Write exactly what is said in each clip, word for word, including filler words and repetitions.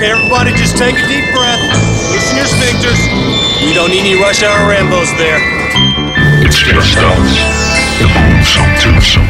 Okay, everybody, just take a deep breath. Loosen your sphincters. We don't need any rush hour Rambos there. It's just us. The gruesome twosome.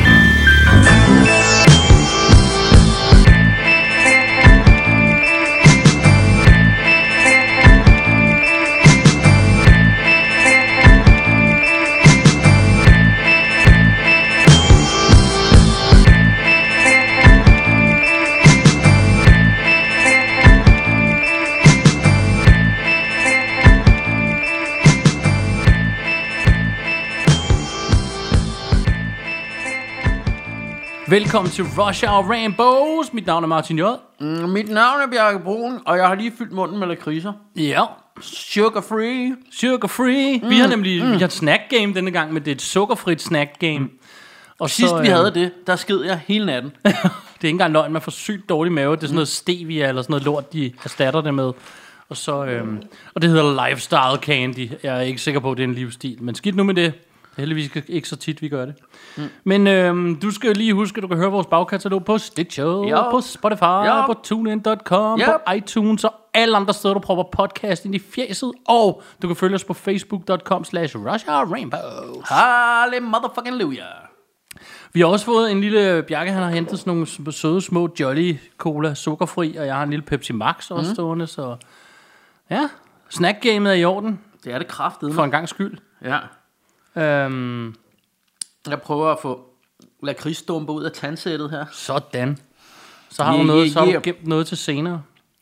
Velkommen til Rush Hour Rambos. Mit navn er Martin J. Mm, mit navn er Bjarke Brun, og jeg har lige fyldt munden med lakridser. Ja. Sugar free. Sugar free. Mm, vi har nemlig mm. vi har et snack game denne gang, men det er et sukkerfrit snack game. Mm. Og sidst så, vi øh, havde det, der sked jeg hele natten. Det er ikke engang løgn, man får sygt dårlig mave. Det er sådan noget stevia eller sådan noget lort, de erstatter det med. Og, så, øhm, og det hedder lifestyle candy. Jeg er ikke sikker på, at det er en livsstil, men skidt nu med det. Heldigvis ikke så tit, vi gør det. Mm. Men øhm, du skal lige huske, at du kan høre vores bagkatalog på Stitcher, ja. På Spotify, ja. På TuneIn punktum com, ja. På iTunes og alle andre steder, du prøver podcast ind i fjeset. Og du kan følge os på Facebook punktum com slash Rush Hour Rambos. Halle motherfucking luja. Vi har også fået en lille... Bjarke, han har hentet sådan nogle søde små Jolly Cola sukkerfri, og jeg har en lille Pepsi Max også mm. stående, så... Ja, snackgamet er i orden. Det er det kraftedeme. For en gang skyld. Ja. Øhm, jeg prøver at få lakridsstumper ud af tandsættet her. Sådan. Så har, yeah, noget, så har yeah. du gemt noget til senere.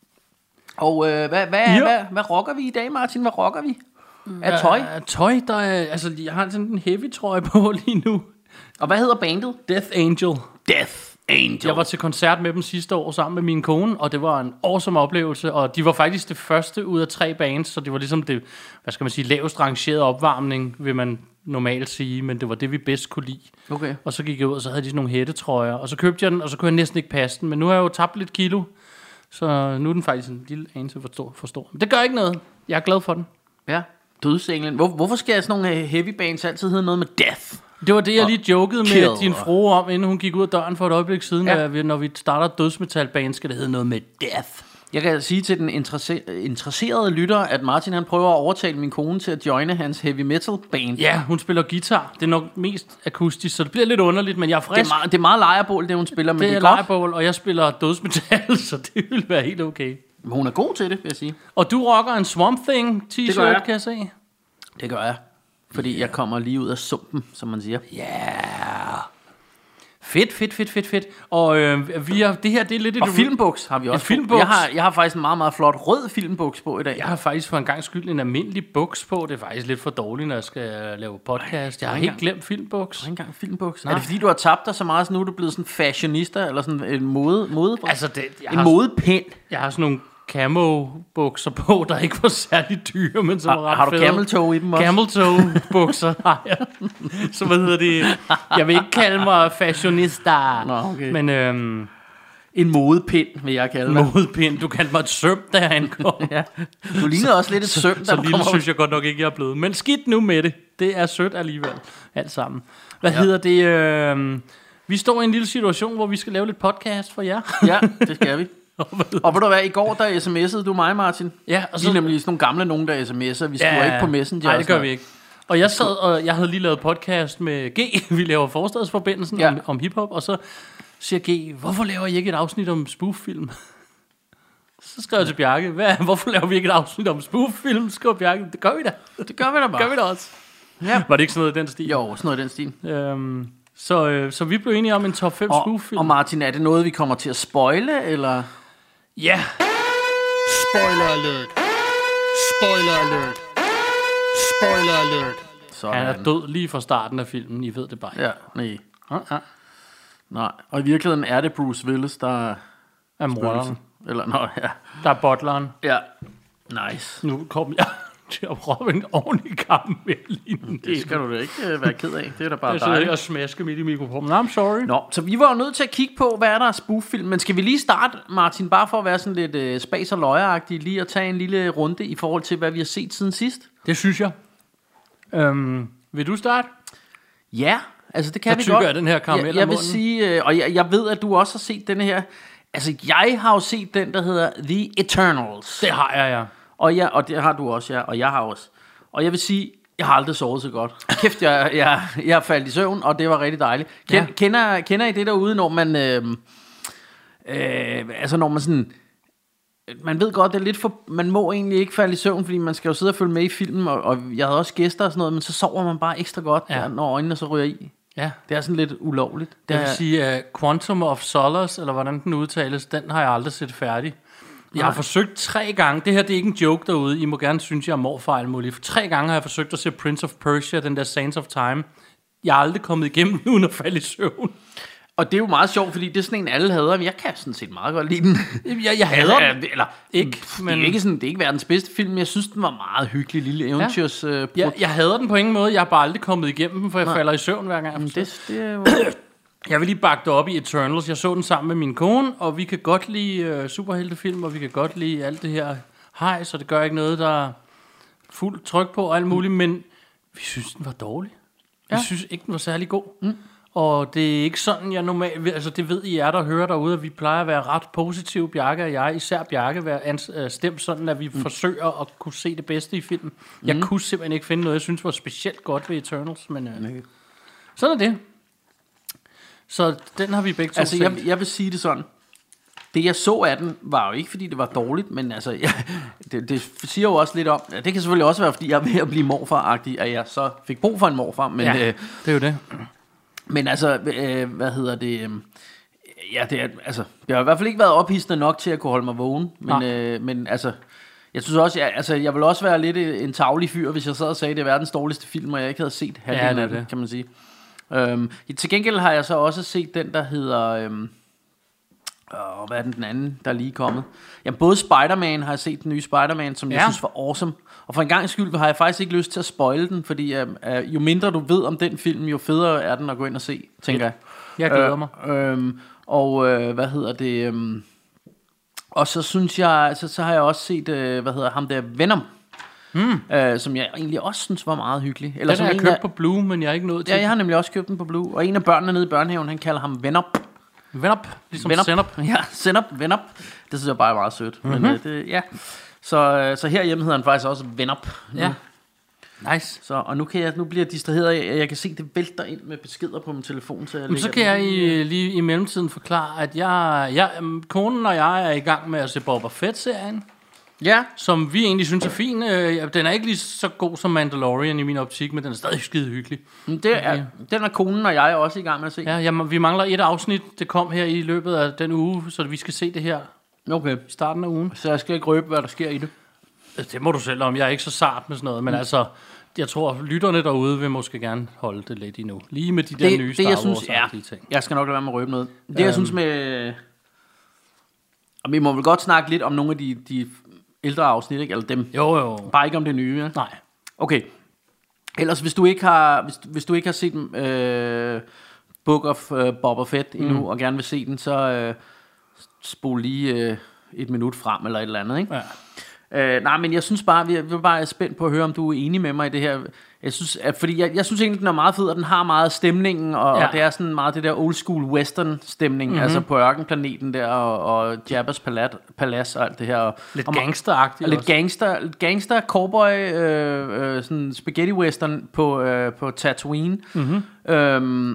Og øh, hvad, hvad, ja. hvad, hvad rocker vi i dag, Martin? Hvad rocker vi? Er tøj? Uh, tøj, der er... Altså, jeg har sådan en heavy trøje på lige nu. Og hvad hedder bandet? Death Angel. Death Angel. Jeg var til koncert med dem sidste år sammen med min kone, og det var en awesome oplevelse. Og de var faktisk det første ud af tre bands, så det var ligesom det, hvad skal man sige, lavest rangerede opvarmning, vil man normalt sige, men det var det, vi bedst kunne lide. Okay. Og så gik jeg ud, og så havde de sådan nogle hættetrøjer, og så købte jeg den, og så kunne jeg næsten ikke passe den, men nu har jeg jo tabt lidt kilo, så nu er den faktisk en lille anelse for stor. For stor. Men det gør ikke noget. Jeg er glad for den. Ja, dødsenglen. Hvor, hvorfor skal sådan nogle heavy bands altid hedde noget med death? Det var det, jeg lige jokede med din frue om, inden hun gik ud af døren for et øjeblik siden, ja. at vi, når vi starter et dødsmetalband, skal det hedde noget med death. Jeg kan sige til den interesserede lytter, at Martin han prøver at overtale min kone til at joine hans heavy metal band. Ja, hun spiller guitar. Det er nok mest akustisk, så det bliver lidt underligt, men jeg er frisk. Det er meget, det er meget lejrebål, det hun spiller, men det er, det er lejrebål, og jeg spiller dødsmetal, så det vil være helt okay. Men hun er god til det, vil jeg sige. Og du rocker en Swamp Thing t-shirt, jeg. kan jeg se. Det gør jeg. Fordi yeah. jeg kommer lige ud af sumpen, som man siger. Ja. Yeah. Fedt, fedt, fedt, fedt, fedt. Og øh, vi har, det her, det er lidt... Og et filmbuks har vi også. Filmbuks. Jeg har, jeg har faktisk en meget, meget flot rød filmbuks på i dag. Jeg har faktisk for en gang skyld en almindelig buks på. Det er faktisk lidt for dårligt, når jeg skal lave podcast. Jeg har helt glemt filmbuks. Du har ikke engang filmbuks. Er det fordi, du har tabt dig så meget, så nu er du blevet sådan fashionista, eller sådan en mode... mode altså, det, en modepind. Jeg har sådan nogle camo-bukser på, der ikke var særlig dyre, men som har, var ret Har du fede. camel toe i dem også? Camel toe-bukser har jeg. Så hvad hedder det? Jeg vil ikke kalde mig fashionista. Nå, okay. Men øhm, en modepind, vil jeg kalde dig. Modepind. Du kaldte mig et søm, da jeg ankom. Ja. Du ligner også lidt et søm, så, så lille synes jeg godt nok ikke, jeg er blevet. Men skidt nu med det. Det er sødt alligevel. Alt sammen. Hvad ja. hedder det? Øh, vi står i en lille situation, hvor vi skal lave lidt podcast for jer. Ja, det skal vi. Og ved du hvad, i går der sms'ede du mig, Martin. Ja, og så... Vi er nemlig sådan nogle gamle nogen, der sms'er. Vi skriver ja, ikke på Messenger. Nej, det gør vi ikke. Og jeg sad, og jeg havde lige lavet podcast med G. Vi laver forstadsforbindelsen ja. om, om hiphop. Og så siger G, hvorfor laver I ikke et afsnit om spoof-film? Så skrev jeg til Bjarke, hvad, hvorfor laver vi ikke et afsnit om spoof-film? Skrev Bjarke, det gør vi da. Det gør vi da bare. Det gør vi da også. Ja. Var det ikke sådan noget i den stil? Jo, sådan noget i den stil. Øhm, så, øh, så vi blev enige om en top fem spoof-film. Og Martin, er det noget, vi kommer til at spoile, eller... Ja. Yeah. Spoiler alert. Spoiler alert. Spoiler alert. Sådan. Han er død lige fra starten af filmen, I ved det bare. Ja, nej. Uh-huh. Nej, og i virkeligheden er det Bruce Willis, der er morderen. Eller, nå, ja. Der er butleren. Ja, nice. Nu kom jeg til at prøve en ordentlig kamp med lige nu. Det skal du da ikke uh, være ked af. Det er da bare dejligt. Jeg sidder og smasker midt i mikrofonen. I'm sorry. Nå, så vi var jo nødt til at kigge på, hvad er der af spoof-film. Men skal vi lige starte, Martin, bare for at være sådan lidt uh, spas og løjeragtig, lige at tage en lille runde i forhold til, hvad vi har set siden sidst? Det synes jeg. Øhm, vil du starte? Ja, altså det kan så vi godt. Jeg den her karamel jeg, jeg vil sige, øh, og jeg, jeg ved, at du også har set denne her Altså, jeg har jo set den, der hedder The Eternals. Det har jeg, ja. Og, jeg, og det har du også, ja. Og jeg har også. Og jeg vil sige, jeg har aldrig sovet så godt. Kæft, jeg, jeg, jeg faldt i søvn, og det var rigtig dejligt. Ken, ja. kender, kender I det derude, når man... Øh, øh, altså, når man sådan... Man ved godt, det er lidt for... Man må egentlig ikke falde i søvn, fordi man skal jo sidde og følge med i filmen, og, og jeg havde også gæster og sådan noget, men så sover man bare ekstra godt, ja. der, når øjnene så ryger i. Ja. Det er sådan lidt ulovligt. Det jeg vil sige, uh, Quantum of Solace, eller hvordan den udtales, den har jeg aldrig set færdig. Jeg Nej. har forsøgt tre gange, det her det er ikke en joke derude, I må gerne synes, jeg er morfejl muligt. For tre gange har jeg forsøgt at se Prince of Persia, den der Sands of Time. Jeg er aldrig kommet igennem uden at falde i søvn. Og det er jo meget sjovt, fordi det er sådan en, alle hader, men jeg kan sådan set meget godt lide den. Jeg, jeg hader ja, den. Eller, ikke, men... det, er ikke sådan, det er ikke verdens bedste film, men jeg synes, den var meget hyggelig, lille eventyrs... Ja. Uh, jeg, jeg hader den på ingen måde, jeg har bare aldrig kommet igennem den, for jeg Nej. falder i søvn hver gang. Jeg, det, det er jo... jeg vil lige bakke det op i Eternals. Jeg så den sammen med min kone, og vi kan godt lide uh, superheltefilm, og vi kan godt lide alt det her hej, så det gør ikke noget, der er fuldt tryk på og alt muligt, mm. men vi synes, den var dårlig. Vi ja. synes ikke, den var særlig god. Mm. Og det er ikke sådan, jeg normalt... Altså, det ved I er, der hører derude, at vi plejer at være ret positive, Bjarke og jeg. Især Bjarke være stemt sådan, at vi mm. forsøger at kunne se det bedste i filmen. Mm. Jeg kunne simpelthen ikke finde noget, jeg synes var specielt godt ved Eternals, men øh, okay. sådan er det. Så den har vi begge to altså, set. Jeg, jeg vil sige det sådan. Det, jeg så af den, var jo ikke, fordi det var dårligt, men altså, jeg, det, det siger jo også lidt om... Det kan selvfølgelig også være, fordi jeg er ved at blive morfar-agtig, at jeg så fik brug for en morfar, men... Ja, øh, det er jo det. Men altså, øh, hvad hedder det? Øh, ja, det er, altså, det har i hvert fald ikke været ophidsende nok til at kunne holde mig vågen. Men, øh, men altså, jeg synes også, jeg, altså, jeg vil også være lidt en tavlig fyr, hvis jeg sad og sagde, at det er verdens dårligste film, og jeg ikke havde set halvdelen af det, kan man sige. Øhm, til gengæld har jeg så også set den, der hedder... Øhm, øh, hvad er den, den anden, der er lige kommet? Jamen, både Spider-Man har jeg set, den nye Spider-Man, som ja. jeg synes var awesome. Og for en gang skyld har jeg faktisk ikke lyst til at spoile den, fordi øh, øh, jo mindre du ved om den film, jo federe er den at gå ind og se, tænker jeg. Jeg glæder mig. Øh, øh, og øh, hvad hedder det? Øh, og så synes jeg, så, så har jeg også set, øh, hvad hedder ham der, Venom. Mm. Øh, som jeg egentlig også synes var meget hyggelig. Eller den som har jeg købt af, på Blue, men jeg er ikke nået til. Ja, jeg har nemlig også købt den på Blue. Og en af børnene nede i børnehaven, han kalder ham Venom. Venom, ligesom Venom. Senop. Ja, Senop, Venom. Det synes jeg bare er meget sødt. Mm-hmm. Men øh, det, ja. Så, så herhjemme hedder han faktisk også Venom. Ja. Nice. Så, og nu, kan jeg, nu bliver jeg distraheret af, at jeg kan se, det vælter ind med beskeder på min telefon. Så, jeg Men så kan jeg i, lige i mellemtiden forklare, at jeg, jeg, konen og jeg er i gang med at se Boba Fett-serien. Ja. Som vi egentlig synes er fin. Den er ikke lige så god som Mandalorian i min optik, men den er stadig skide hyggelig. Det er, ja. Den er konen og jeg også i gang med at se. Ja, jamen, vi mangler et afsnit. Det kom her i løbet af den uge, så vi skal se det her. Okay. I starten af ugen. Så jeg skal ikke røbe, hvad der sker i det. Det må du selv om. Jeg er ikke så sart med sådan noget, men mm. altså, jeg tror, lytterne derude vil måske gerne holde det lidt endnu. Lige med de der det, nye det, Star jeg synes, Wars-agtige ja, ting. Jeg skal nok lade være med at røbe noget. Det, um, jeg øhm. synes med... Og vi må vel godt snakke lidt om nogle af de, de ældre afsnit, ikke? Eller dem. Jo, jo. Bare ikke om det nye, ja? Nej. Okay. Ellers, hvis du ikke har, hvis, hvis du ikke har set øh, Book of uh, Boba Fett endnu, mm. og gerne vil se den, så øh, spol lige øh, et minut frem, eller et eller andet, ikke? Ja. Øh, nej, men jeg synes bare, vi er, vi er bare spændt på at høre, om du er enig med mig i det her. Jeg synes, at, fordi jeg, jeg synes egentlig, den er meget fed, og den har meget stemningen, og, ja. og det er sådan meget det der old school western stemning, mm-hmm. altså på ørkenplaneten der, og, og Jabba's palat, palads og alt det her. Og, lidt og, gangsteragtigt. Og lidt gangster, lidt gangster, cowboy, øh, øh, sådan spaghetti western på, øh, på Tatooine. Mm-hmm. Øhm,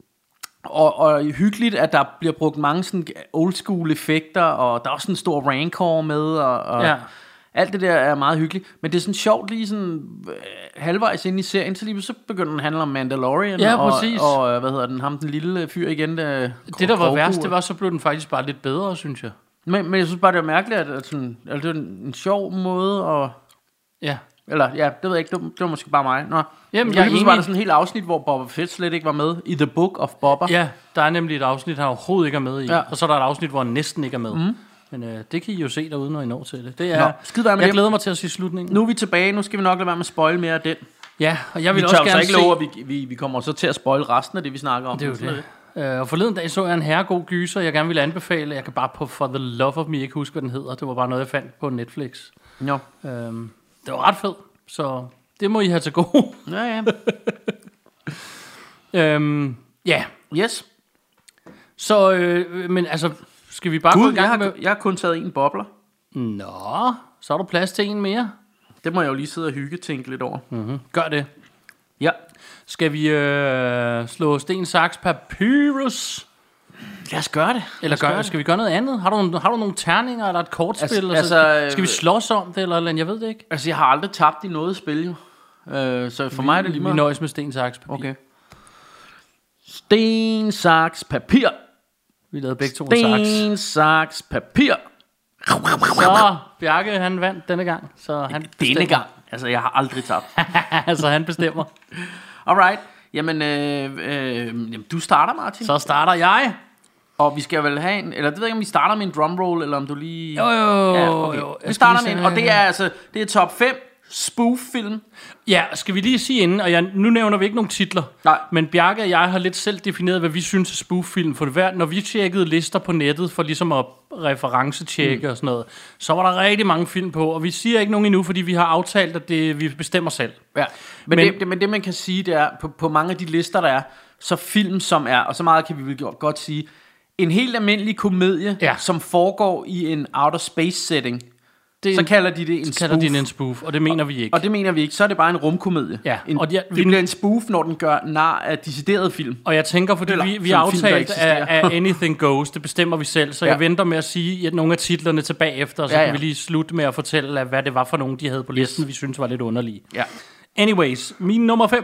og, og hyggeligt, at der bliver brugt mange sådan old school effekter, og der er også en stor rancor med, og... og ja. Alt det der er meget hyggeligt, men det er sådan sjovt lige sådan øh, halvvejs ind i serien, så lige så begynder den at handle om Mandalorian, ja, og, præcis. og, og hvad hedder den, ham den lille fyr igen. Der, det der var værst, det var, så blev den faktisk bare lidt bedre, synes jeg. Men, men jeg synes bare, det var mærkeligt, at, at sådan, altså, det var en, en sjov måde, og... Ja. Eller, ja, det ved jeg ikke, det var, det var måske bare mig. Nå. Jamen, jeg synes bare, der sådan en helt afsnit, hvor Boba Fett slet ikke var med, i The Book of Boba. Ja, der er nemlig et afsnit, han overhovedet ikke er med i, ja. Og så er der et afsnit, hvor han næsten ikke er med. Mm. Men øh, det kan I jo se derude, når I når til det. Det er, Nå, skid være med jeg det. glæder mig til at se slutningen. Nu er vi tilbage, nu skal vi nok lade være med at spoil mere af den. Ja, og jeg vil vi også gerne så ikke se... love, at vi, vi, vi kommer så til at spoil resten af det, vi snakker om. Det er jo det. det. Øh, og forleden dag så jeg en herregod gyser, jeg gerne ville anbefale. Jeg kan bare på For the Love of Me ikke huske, hvad den hedder. Det var bare noget, jeg fandt på Netflix. Ja. Øhm, det var ret fedt, så det må I have til gode. Ja, ja. øhm, ja. Yes. Så, øh, men altså... Skal vi bare gå Gud, i jeg gang har, med... jeg har kun taget en bobler. Nå, så har du plads til en mere. Det må jeg jo lige sidde og hygge tænke lidt over. Mm-hmm. Gør det. Ja. Skal vi øh, slå sten, saks, papyrus? Lad os gøre det. Eller gør, gøre skal vi gøre noget andet? Har du, har du nogle terninger eller et kortspil? Altså, Altså, altså, skal vi slås om det, eller, eller jeg ved det ikke. Altså, jeg har aldrig tabt i noget spil, jo. Øh, så for vi, mig er det lige meget. Vi nøjes med sten, saks, papir. Okay. Sten, saks, papir. Vi lavede begge to en saks. Sten, saks, papir. Så Bjarke, han vandt denne gang. Så han denne gang? Altså, jeg har aldrig tabt. Altså, han bestemmer. Alright. Jamen, øh, øh, jamen, du starter, Martin. Så starter jeg. Og vi skal vel have en, eller det ved jeg ikke, om vi starter med en drumroll, eller om du lige... Jo, jo, ja, okay. jo. Vi starter med en, og det er altså, det er top fem spoof-film. Ja, skal vi lige sige inden, og jeg, nu nævner vi ikke nogen titler. Nej. Men Bjarke og jeg har lidt selv defineret, hvad vi synes er spoof-film. For det hver, når vi tjekkede lister på nettet, for ligesom at referencetjekke mm. og sådan noget, så var der rigtig mange film på, og vi siger ikke nogen endnu, fordi vi har aftalt, at det, vi bestemmer selv. Ja, men, men, det, det, men det man kan sige, det er, på, på mange af de lister, der er, så film som er, og så meget kan vi vel godt sige, en helt almindelig komedie, ja. Som foregår i en outer space setting. Det så en, kalder de det en spoof. kalder de en spoof, og det mener vi ikke. Og det mener vi ikke. Så er det bare en rumkomedie. Ja. En, og de, det vi, bliver en spoof, når den gør nar af deciderede film. Og jeg tænker, fordi Eller, vi, vi har aftalt af Anything Goes, det bestemmer vi selv. Så ja. Jeg venter med at sige at nogle af titlerne tilbage efter, og så ja, ja. Kan vi lige slutte med at fortælle, hvad det var for nogle, de havde på listen, yes. Vi synes var lidt underlige. Ja. Anyways, min nummer fem.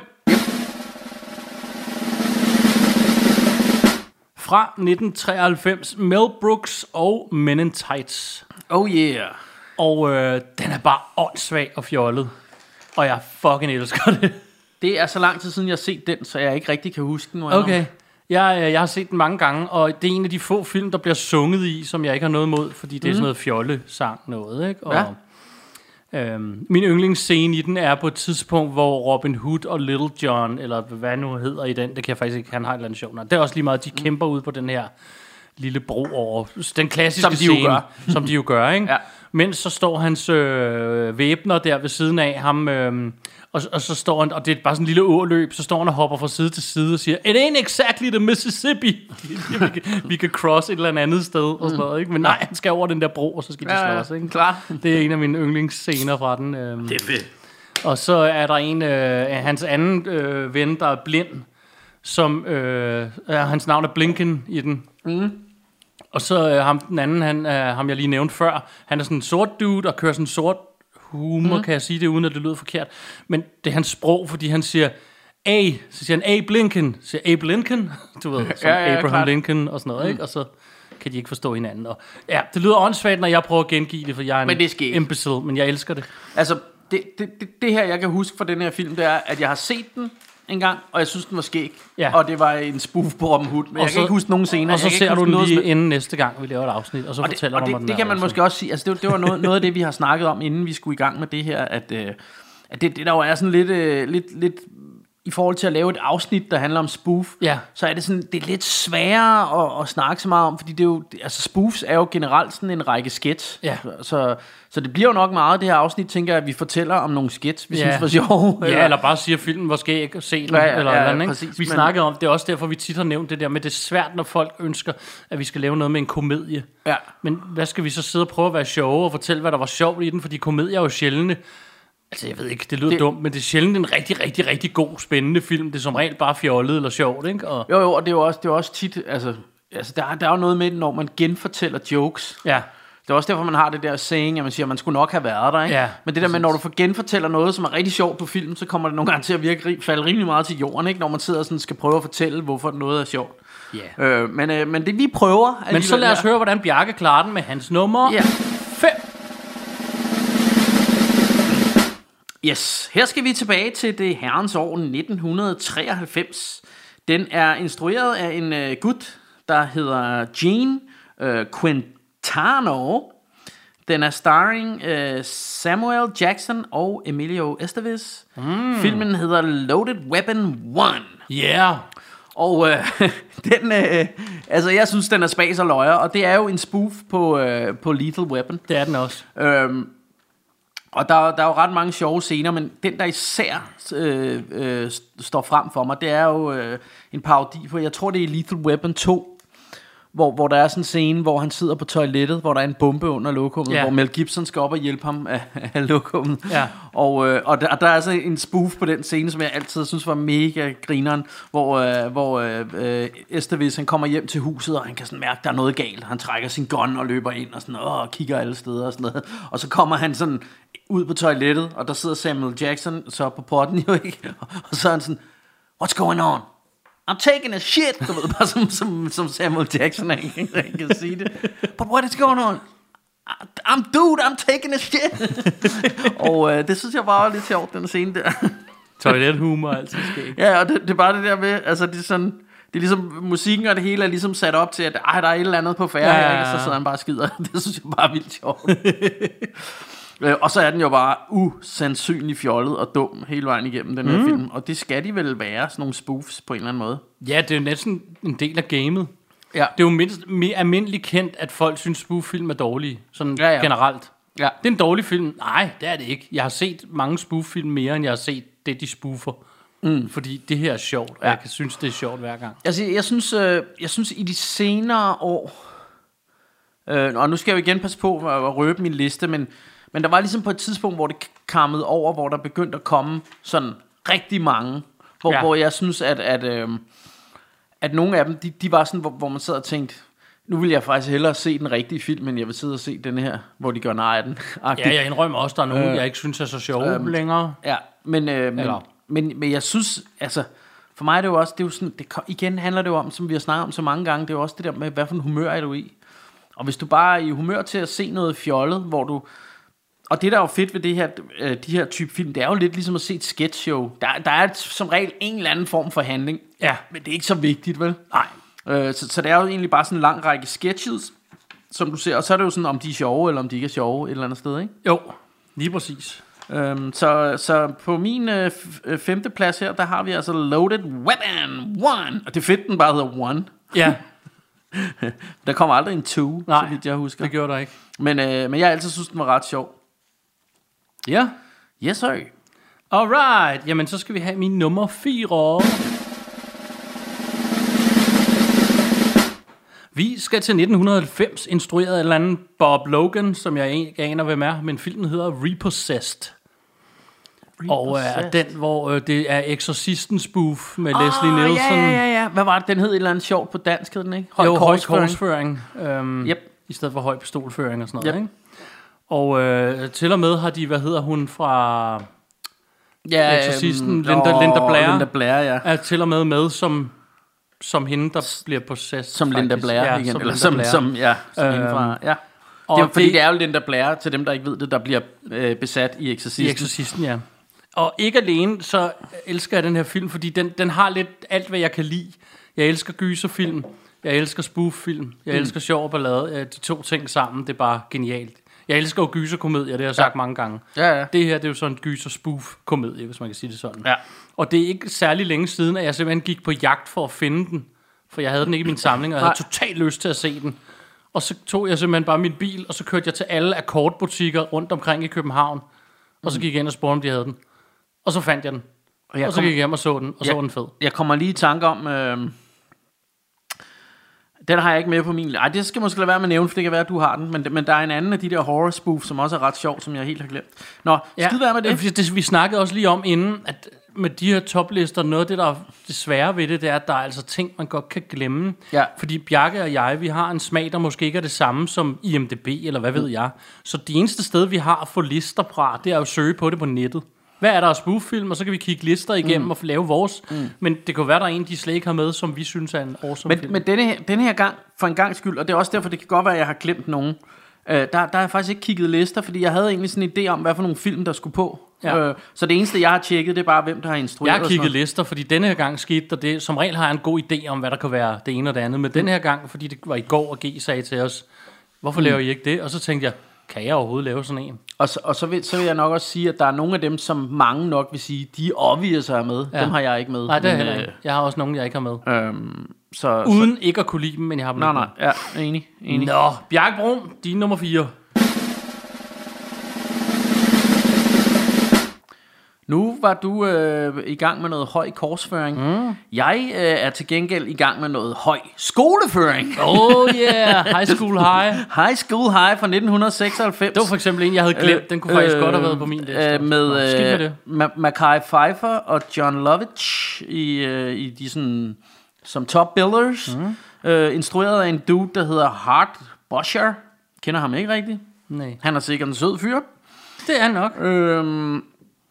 Fra nitten treoghalvfems, Mel Brooks og Men in Tights. Oh yeah. Og øh, den er bare åndssvag og fjollet. Og jeg fucking elsker det. Det er så lang tid siden, jeg har set den, så jeg ikke rigtig kan huske den. Okay. Jeg, jeg har set den mange gange, og det er en af de få film, der bliver sunget i, som jeg ikke har noget imod, fordi det er mm. sådan noget fjolle-sang noget, ikke? Og, ja. øhm, min yndlingsscene i den er på et tidspunkt, hvor Robin Hood og Little John, eller hvad nu hedder i den, det kan jeg faktisk ikke, han har et eller andet sjovt. Det er også lige meget, de kæmper ud på den her lille bro over den klassiske som de scene, jo gør. som de jo gør, ikke? Ja. Mens så står hans øh, væbner der ved siden af ham, øh, og, og så står han, og det er bare sådan en lille åløb, så står han og hopper fra side til side og siger, it ain't exactly the Mississippi. vi, kan, vi kan cross et eller andet sted og sådan noget, ikke? Men nej, han skal over den der bro, og så skal de ja, slås, ikke? Klar. Det er en af mine yndlingsscener fra den. Øh. Det er fedt. Og så er der en, øh, hans anden øh, ven, der er blind, som, øh, hans navn er Blinken i den. Mm. Og så øh, ham, den anden, han, øh, ham jeg lige nævnte før, han er sådan en sort dude, og kører sådan en sort humor, mm. kan jeg sige det, uden at det lyder forkert. Men det er hans sprog, fordi han siger, A, så siger han, A Blinken, så siger Abe Lincoln, du ved, som ja, ja, Abraham klart. Lincoln og sådan noget, mm. ikke? Og så kan de ikke forstå hinanden. Og, ja, det lyder åndssvagt, når jeg prøver at gengive det, for jeg er men det en imbecile, men jeg elsker det. Altså, det, det, det, det her, jeg kan huske fra den her film, det er, at jeg har set den en gang, og jeg synes, den var skæg. Ja. Og det var en spoof på Robin Hood, men og jeg så, kan ikke huske nogen scener. Og så jeg ser du den lige inden næste gang, vi laver et afsnit, og så og fortæller det, du og mig det, den det kan man også. Måske også sige, altså det, det var noget, noget af det, vi har snakket om, inden vi skulle i gang med det her, at, øh, at det, det der jo er sådan lidt, øh, lidt, lidt i forhold til at lave et afsnit, der handler om spoof, ja. Så er det sådan, det er lidt sværere at, at snakke så meget om, fordi det er jo, altså spoofs er jo generelt sådan en række sketch, ja. så, så det bliver jo nok meget det her afsnit, tænker jeg, at vi fortæller om nogle sketch, vi ja. synes var sjov. Ja, eller, eller bare siger filmen var skæg, se den, ja, ja, eller ja, andet, præcis, vi men... snakkede om, det er også derfor, vi tit har nævnt det der med, det er svært, når folk ønsker, at vi skal lave noget med en komedie. Ja. Men hvad skal vi så sidde og prøve at være sjove, og fortælle, hvad der var sjovt i den, fordi komedier er jo sjældne. Altså, jeg ved ikke, det lyder det, dumt, men det er sjældent en rigtig, rigtig, rigtig god, spændende film. Det er som regel bare fjollet eller sjovt, ikke? Og... Jo, jo, og det er jo også, det er også tit, altså, altså der, der er jo noget med det, når man genfortæller jokes. Ja. Det er også derfor, man har det der saying, at man siger, at man skulle nok have været der, ikke? Ja, men det der med, når du får genfortæller noget, som er rigtig sjovt på film, så kommer det nogle gange til at virke, falde rimelig meget til jorden, ikke? Når man sidder og sådan skal prøve at fortælle, hvorfor noget er sjovt. Yeah. Øh, men, øh, men det vi prøver... Men så lad os høre, hvordan Bjarke klarer den med hans nummer ja. fem. Yes, her skal vi tilbage til det herrens år nitten treoghalvfems. Den er instrueret af en uh, gut, der hedder Gene uh, Quintano. Den er starring uh, Samuel Jackson og Emilio Estevez. Mm. Filmen hedder Loaded Weapon one. Yeah. Og uh, den, uh, altså jeg synes, den er spas og løjer, og det er jo en spoof på, uh, på Lethal Weapon. Det er den også. Um, Og der, der er jo ret mange sjove scener, men den der især øh, øh, står frem for mig, det er jo øh, en parodi på, jeg tror det er Lethal Weapon to, hvor, hvor der er sådan en scene, hvor han sidder på toilettet, hvor der er en bombe under lokummet, Ja. hvor Mel Gibson skal op og hjælpe ham af, af lokummet. Ja. Og, øh, og, der, og der er altså en spoof på den scene, som jeg altid synes var mega grineren, hvor, øh, hvor øh, øh, Estevez, han kommer hjem til huset, og han kan sådan mærke, der er noget galt. Han trækker sin gun og løber ind og sådan noget, og kigger alle steder og sådan noget. Og så kommer han sådan ud på toilettet, og der sidder Samuel Jackson så på porten jo ikke, og så er han sådan, what's going on? I'm taking a shit. Du ved, bare som, som, som Samuel Jackson, han kan, han kan sige det. But what is going on? I'm dude, I'm taking a shit. Og øh, det synes jeg bare var lidt sjovt, den scene der. Toilethumor er altid skægt. Ja, og det, det er bare det der med, altså det er sådan, det er ligesom, musikken og det hele er ligesom sat op til, at ej, der er et eller andet på færre, Ja, ja, ja, ja. og så sidder han bare og skider. Det synes jeg bare er vildt sjovt. Øh, og så er den jo bare usandsynligt fjollet og dum hele vejen igennem den her mm. film. Og det skal de vel være, sådan nogle spoofs på en eller anden måde. Ja, det er jo næsten en del af gamet. Ja, Det er jo mindst mere almindeligt kendt, at folk synes, spoof-film er dårlige. Sådan Ja, ja. generelt. ja. Det er en dårlig film. Nej, det er det ikke. Jeg har set mange spoof-film mere, end jeg har set det, de spoofer. Mm. Fordi det her er sjovt, og Ja. jeg kan synes, det er sjovt hver gang. Altså, jeg synes, øh, jeg synes i de senere år, øh, og nu skal jeg jo igen passe på at, at røbe min liste, men, men der var ligesom på et tidspunkt, hvor det kammede over, hvor der begyndte at komme sådan rigtig mange, hvor, Ja. ja. hvor jeg synes, at, at, øh, at nogle af dem, de, de var sådan, hvor, hvor man sad og tænkte, nu vil jeg faktisk hellere se den rigtige film, end jeg vil sidde og se den her, hvor de gør nar af den. Ja, jeg indrømmer også, der er nogen, Øh, jeg ikke synes er så sjove øh, længere. Ja, men, øh, men, Eller- men, men jeg synes, altså, for mig er det jo også, det er jo sådan, det, igen handler det jo om, som vi har snakket om så mange gange, det er jo også det der med, hvad for en humør er du i. Og hvis du bare er i humør til at se noget fjollet, hvor du, og det der er jo fedt ved det her, øh, de her type film, det er jo lidt ligesom at se et sketchshow. Der, der er et, som regel en eller anden form for handling, Ja. men det er ikke så vigtigt, vel? Nej. Øh, så, så det er jo egentlig bare sådan en lang række sketches, som du ser, og så er det jo sådan, om de er sjove, eller om de ikke er sjove et eller andet sted, ikke? Jo, lige præcis. Øhm, så, så på min øh, f- øh, femte plads her, der har vi altså Loaded Weapon one. Og det er fedt, den bare hedder One. Ja, Der kommer aldrig en two, nej, så vidt jeg husker. det gjorde der ikke. Men, øh, men jeg altid synes, den var ret sjov. Ja, Yes, sir. alright. Jamen, så skal vi have min nummer fire. Vi skal til nitten halvfems, instrueret af en eller anden Bob Logan, som jeg ikke aner, hvem er, men filmen hedder Repossessed. Og er den, hvor øh, det er Exorcisten spoof med oh, Leslie Nielsen. Ja, ja, ja. Hvad var det? Den hed et eller andet sjovt på dansk, hed den ikke? Høj jo, høj korsføring. korsføring. Øhm, Yep. I stedet for høj pistolføring og sådan noget, Yep. ikke? Og øh, til og med har de, hvad hedder hun fra... Ja, Exorcisten, øhm, Linda- åh, Linda Blair. Linda Blair, ja. Er til og med med som, som hende, der bliver possessed. Som Linda faktisk. Blair ja, igen. Som Eller Linda som, Blair. som, ja, som Øhm, øhm, fra, ja. og Det er, fordi det- det er jo Linda Blair, til dem, der ikke ved det, der bliver øh, besat i Exorcisten. I Exorcisten, ja. Og ikke alene, så elsker jeg den her film, fordi den, den har lidt alt, hvad jeg kan lide. Jeg elsker gyserfilm, jeg elsker spoof-film, jeg mm. elsker sjov og ballade. De to ting sammen, det er bare genialt. Jeg elsker jo gyserkomedier, det har jeg sagt Ja. mange gange. Ja, ja. Det her, det er jo sådan en gyser-spoof-komedie, hvis man kan sige det sådan. Ja. Og det er ikke særlig længe siden, at jeg simpelthen gik på jagt for at finde den. For jeg havde den ikke i min samling, og jeg havde Nej. totalt lyst til at se den. Og så tog jeg simpelthen bare min bil, og så kørte jeg til alle akkordbutikker rundt omkring i København. Og så gik jeg ind og spurgte, om de havde den. Og så fandt jeg den. Og jeg Og så kom- gik jeg hjem og så den, og så Ja. var den fed. Jeg kommer lige i tanke om, øh, den har jeg ikke med på min. Ej, det skal måske lade være med at nævne, for det kan være, at du har den. Men, men der er en anden af de der horror spoof, som også er ret sjov, som jeg helt har glemt. Nå, ja. skid være med det. Vi, det. Vi snakkede også lige om inden, at med de her toplister, noget af det, der er det svære ved det, det er, at der er altså ting, man godt kan glemme. Ja. Fordi Bjarke og jeg, vi har en smag, der måske ikke er det samme som I M D B, eller hvad ved jeg. Så det eneste sted, vi har at få lister fra, det er jo at søge på det på nettet. Hvad er der af spoof-film, og så kan vi kigge lister igennem mm. og lave vores. Mm. Men det kan være, der er en, de slet ikke har med, som vi synes er en awesome Men, film. men denne, her, denne her gang, for en gang skyld, og det er også derfor, det kan godt være, at jeg har glemt nogen. Øh, der, der har jeg faktisk ikke kigget lister, fordi jeg havde egentlig sådan en idé om, hvad for nogle film, der skulle på. Ja. Øh, så det eneste, jeg har tjekket, det er bare, hvem der har instrueret. Jeg har og sådan kigget noget. lister, fordi denne her gang skete der det. Som regel har jeg en god idé om, hvad der kan være det ene og det andet. Men den her gang, fordi det var i går, og G sagde til os, hvorfor mm. laver I ikke det? Og så tænkte jeg, kan jeg overhovedet lave sådan en? Og, så, og så, vil, så vil jeg nok også sige, at der er nogle af dem, som mange nok vil sige, de obvious er med. Ja. Dem har jeg ikke med. Nej, det er Men, heller ikke. Jeg har også nogen, jeg ikke har med. Øhm, så, Uden ikke at kunne lide dem, men jeg har dem Så, nej, ikke nej, ja, enig. med. enig. Nå, Bjarke Brun, din nummer fire. Nu var du øh, i gang med noget høj korsføring. Mm. Jeg øh, er til gengæld i gang med noget høj skoleføring. Oh yeah, High School High. High School High fra nitten seksoghalvfems. Det var for eksempel en, jeg havde glemt. Den kunne faktisk øh, godt have været på min liste. Øh, med Skidt med det. Ma- Mackay Pfeiffer og John Lovitch i, øh, i de sådan, som top billers. Mm. Øh, instrueret af en dude, der hedder Hart Bosher. Kender ham ikke rigtigt. Nej. Han er sikkert en sød fyr. Det er han nok. Øhm,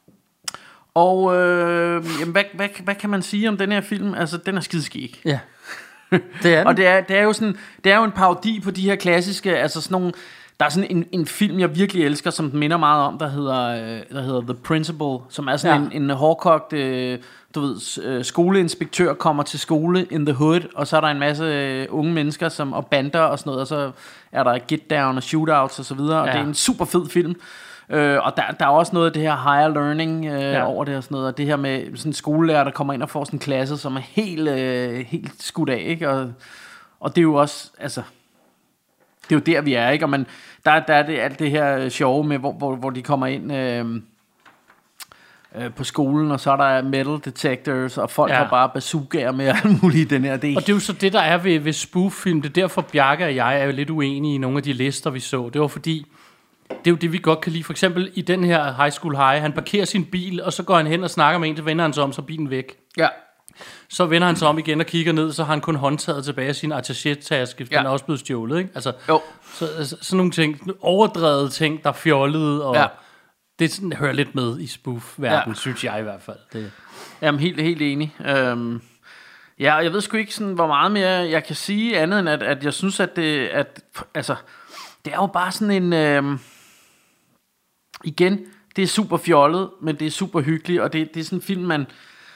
og øh, jamen, hvad, hvad, hvad kan man sige om den her film? Altså, den er skideskæg. Ja. Det er den. Og det er, det er jo sådan, det er jo en parodi på de her klassiske, altså sådan nogle, der er sådan en, en film, jeg virkelig elsker, som den minder meget om, der hedder, der hedder The Principal, som er sådan ja. en, en hårdkogt, øh, du ved, øh, skoleinspektør kommer til skole in the hood, og så er der en masse øh, unge mennesker, som og bander og sådan noget, og så er der get down og shootouts og så videre, og ja. det er en super fed film. Øh, og der, der er også noget af det her higher learning øh, ja. over det og sådan noget, og det her med sådan en skolelærer, der kommer ind og får sådan en klasse, som er helt, øh, helt skudt af, ikke? Og, og det er jo også, altså, det er jo der vi er, ikke? Og man, der, der er det alt det her sjove med, hvor, hvor, hvor de kommer ind øh, øh, på skolen, og så er der metal detectors, og folk ja. har bare bazookaer med alt muligt i den her del. Og det er jo så det, der er ved, ved spoof-film. Det er derfor, Bjarke og jeg er jo lidt uenige i nogle af de lister, vi så. Det var fordi, det er jo det, vi godt kan lide. For eksempel i den her High School High, han parkerer sin bil, og så går han hen og snakker med en, så vender han sig om, så er bilen væk. Ja. Så vender han sig om igen og kigger ned, så har han kun håndtaget tilbage af sin attaché-taske, ja. den er også blevet stjålet, ikke? Altså, jo. Så, så, sådan nogle ting, overdrevet ting, der er fjollede, og ja. det sådan, hører lidt med i spoof-verdenen, ja. synes jeg i hvert fald. Det. Jamen, helt, helt enig. Øhm, ja, jeg ved sgu ikke, sådan, hvor meget mere jeg kan sige, andet end at, at jeg synes, at det, at, altså, det er jo bare sådan en... Øhm, igen, det er super fjollet, men det er super hyggeligt, og det, det er sådan en film, man...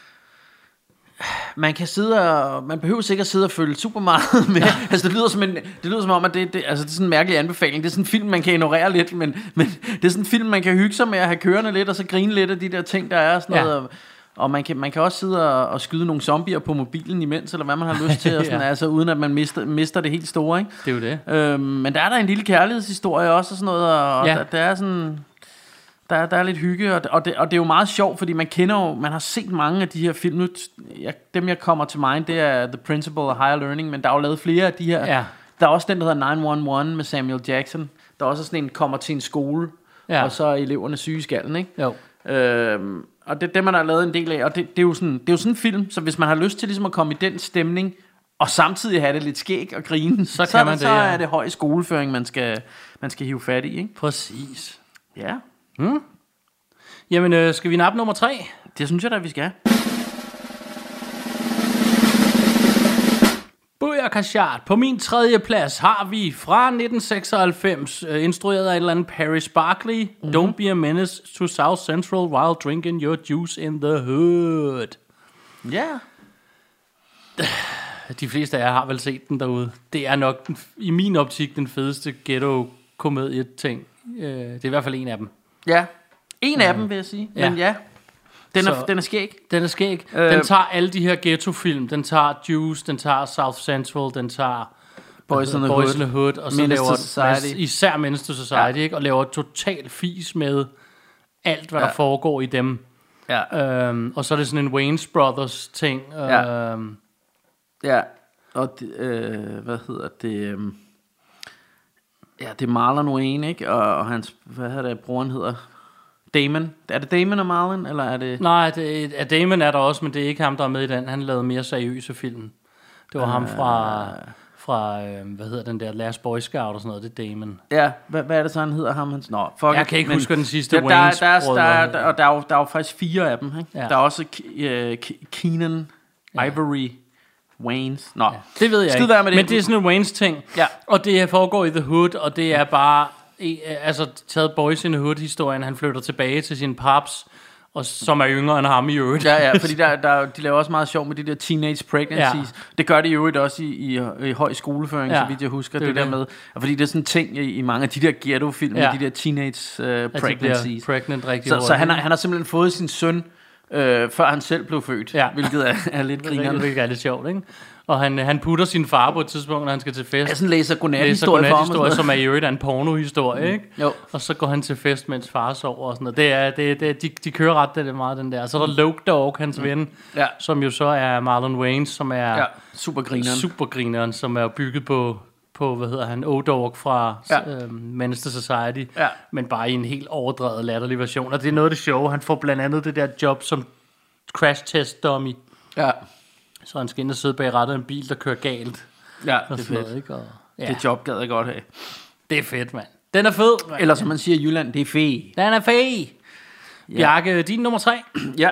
Man kan sidde og, man behøver sikkert sidde og følge super meget med. Altså det lyder som en, det lyder som om at det, det, altså det er sådan en mærkelig anbefaling. Det er sådan en film man kan ignorere lidt, men, men det er sådan en film man kan hygge sig med at have kørende lidt og så grine lidt af de der ting der er og sådan ja. noget. Og, og man kan man kan også sidde og, og skyde nogle zombier på mobilen imens eller hvad man har lyst til og sådan, ja. altså uden at man mister mister det helt store, ikke? Det er jo det. Øhm, men der er der en lille kærlighedshistorie også og sådan noget og, og ja. der, der er sådan Der, der er lidt hygge, og det, og, det, og det er jo meget sjovt, fordi man kender jo, man har set mange af de her film. Nu, jeg, dem jeg kommer til mind, det er The Principal og Higher Learning, men der er jo lavet flere af de her. Ja. Der er også den, der hedder nine one one med Samuel Jackson. Der er også sådan en, kommer til en skole, ja. og så er eleverne syge i skallen, ikke? Jo. Øhm, og det er dem, man har lavet en del af, og det, det, er jo sådan, det er jo sådan en film, så hvis man har lyst til ligesom at komme i den stemning, og samtidig have det lidt skæg og grine, så, så, kan man det, så ja. er det høj skoleføring, man skal, man skal hive fat i, ikke? Præcis. Ja. Hmm. Jamen, øh, skal vi nappe nummer tre? Det synes jeg da, vi skal. Booyakashat. På min tredje plads har vi fra nitten seksoghalvfems, øh, instrueret af et eller andet Paris Barkley. Mm-hmm. Don't be a menace to South Central while drinking your juice in the hood. Ja. Yeah. De fleste af jer har vel set den derude. Det er nok, den, i min optik, den fedeste ghetto-komedie-ting. Øh, det er i hvert fald en af dem. Ja. En af dem, vil jeg sige. Ja. Men ja, den er, så, den er skæg. Den er skæg. Øh, den tager alle de her ghetto-film. Den tager Juice, den tager South Central, den tager Boys in the Boys Hood, in the Hood og så Menace laver Society. især Menace to Society, ja. ikke? Og laver total fis med alt, hvad ja. der foregår i dem. Ja. Øhm, og så er det sådan en Wayans Brothers ting. Ja. Øhm, ja. Og det, øh, hvad hedder det? Øh, ja, det er Marlon Wayne, ikke? Og, og hans, hvad hedder det, broren hedder... Damon. Er det Damon og Marlon, eller er det... Nej, det er, Damon er der også, men det er ikke ham, der er med i den. Han lavede mere seriøse film. Det var uh, ham fra, fra øh, hvad hedder den der, Last Boy Scout og sådan noget, det er Damon. Ja, hvad, hvad er det så, han hedder ham? Hans? Nå, fuck jeg it, kan ikke men, huske den sidste der, Wayans der, der, brødre. Der, der, der, og der, er jo, der er jo faktisk fire af dem, ikke? Ja. Der er også uh, Keenan, ja. Ivory, Wayans. Nå, ja. Det ved jeg Skid ikke, med det. Men det er sådan en Wayans ting. Ja. Og det foregår i The Hood, og det er bare... altså taget Boys in the Hood historien. Han flytter tilbage til sin paps, og som er yngre end ham i øvrigt. Ja, ja, fordi der, der, de laver også meget sjov med de der teenage pregnancies. Ja. Det gør de i øvrigt også i, i, i høj skoleføring, ja, så vidt jeg husker det, det, det der med. Fordi det er sådan en ting i, i mange af de der ghetto-film, ja, med de der teenage uh, pregnancies. De pregnant rigtig så, så han, har, han har simpelthen fået sin søn øh, før han selv blev født, Ja. hvilket er, er lidt grinerende. Det er lidt sjovt, ikke? Og han, han putter sin far på et tidspunkt, når han skal til fest. Jeg sådan læser Læser godnat-historie for ham. godnat-historie, som er i øvrigt en pornohistorie, ikke? Jo. Og så går han til fest, mens far sover og sådan noget. Det er, det, det, de, de kører ret det er meget, den der. Så er der Loke Dog, hans ven, Ja. som jo så er Marlon Wayans, som er Ja, super grineren. supergrineren, som er bygget på, på hvad hedder han, O-Dog fra Ja. øhm, Menace to Society, Ja. men bare i en helt overdrevet latterlig version. Og det er noget af det sjove. Han får blandt andet det der job som crash test dummy. Ja, Så han skal ind og sidde bag rattet af en bil, der kører galt. ja Og det er sådan noget, fedt. ikke? Og, ja, Det job gad jeg godt have. det er fedt, mand. Den er fed, mand. Eller som man siger i Jylland, det er fe. Den er fed. Bjarke, din nummer tre. Ja.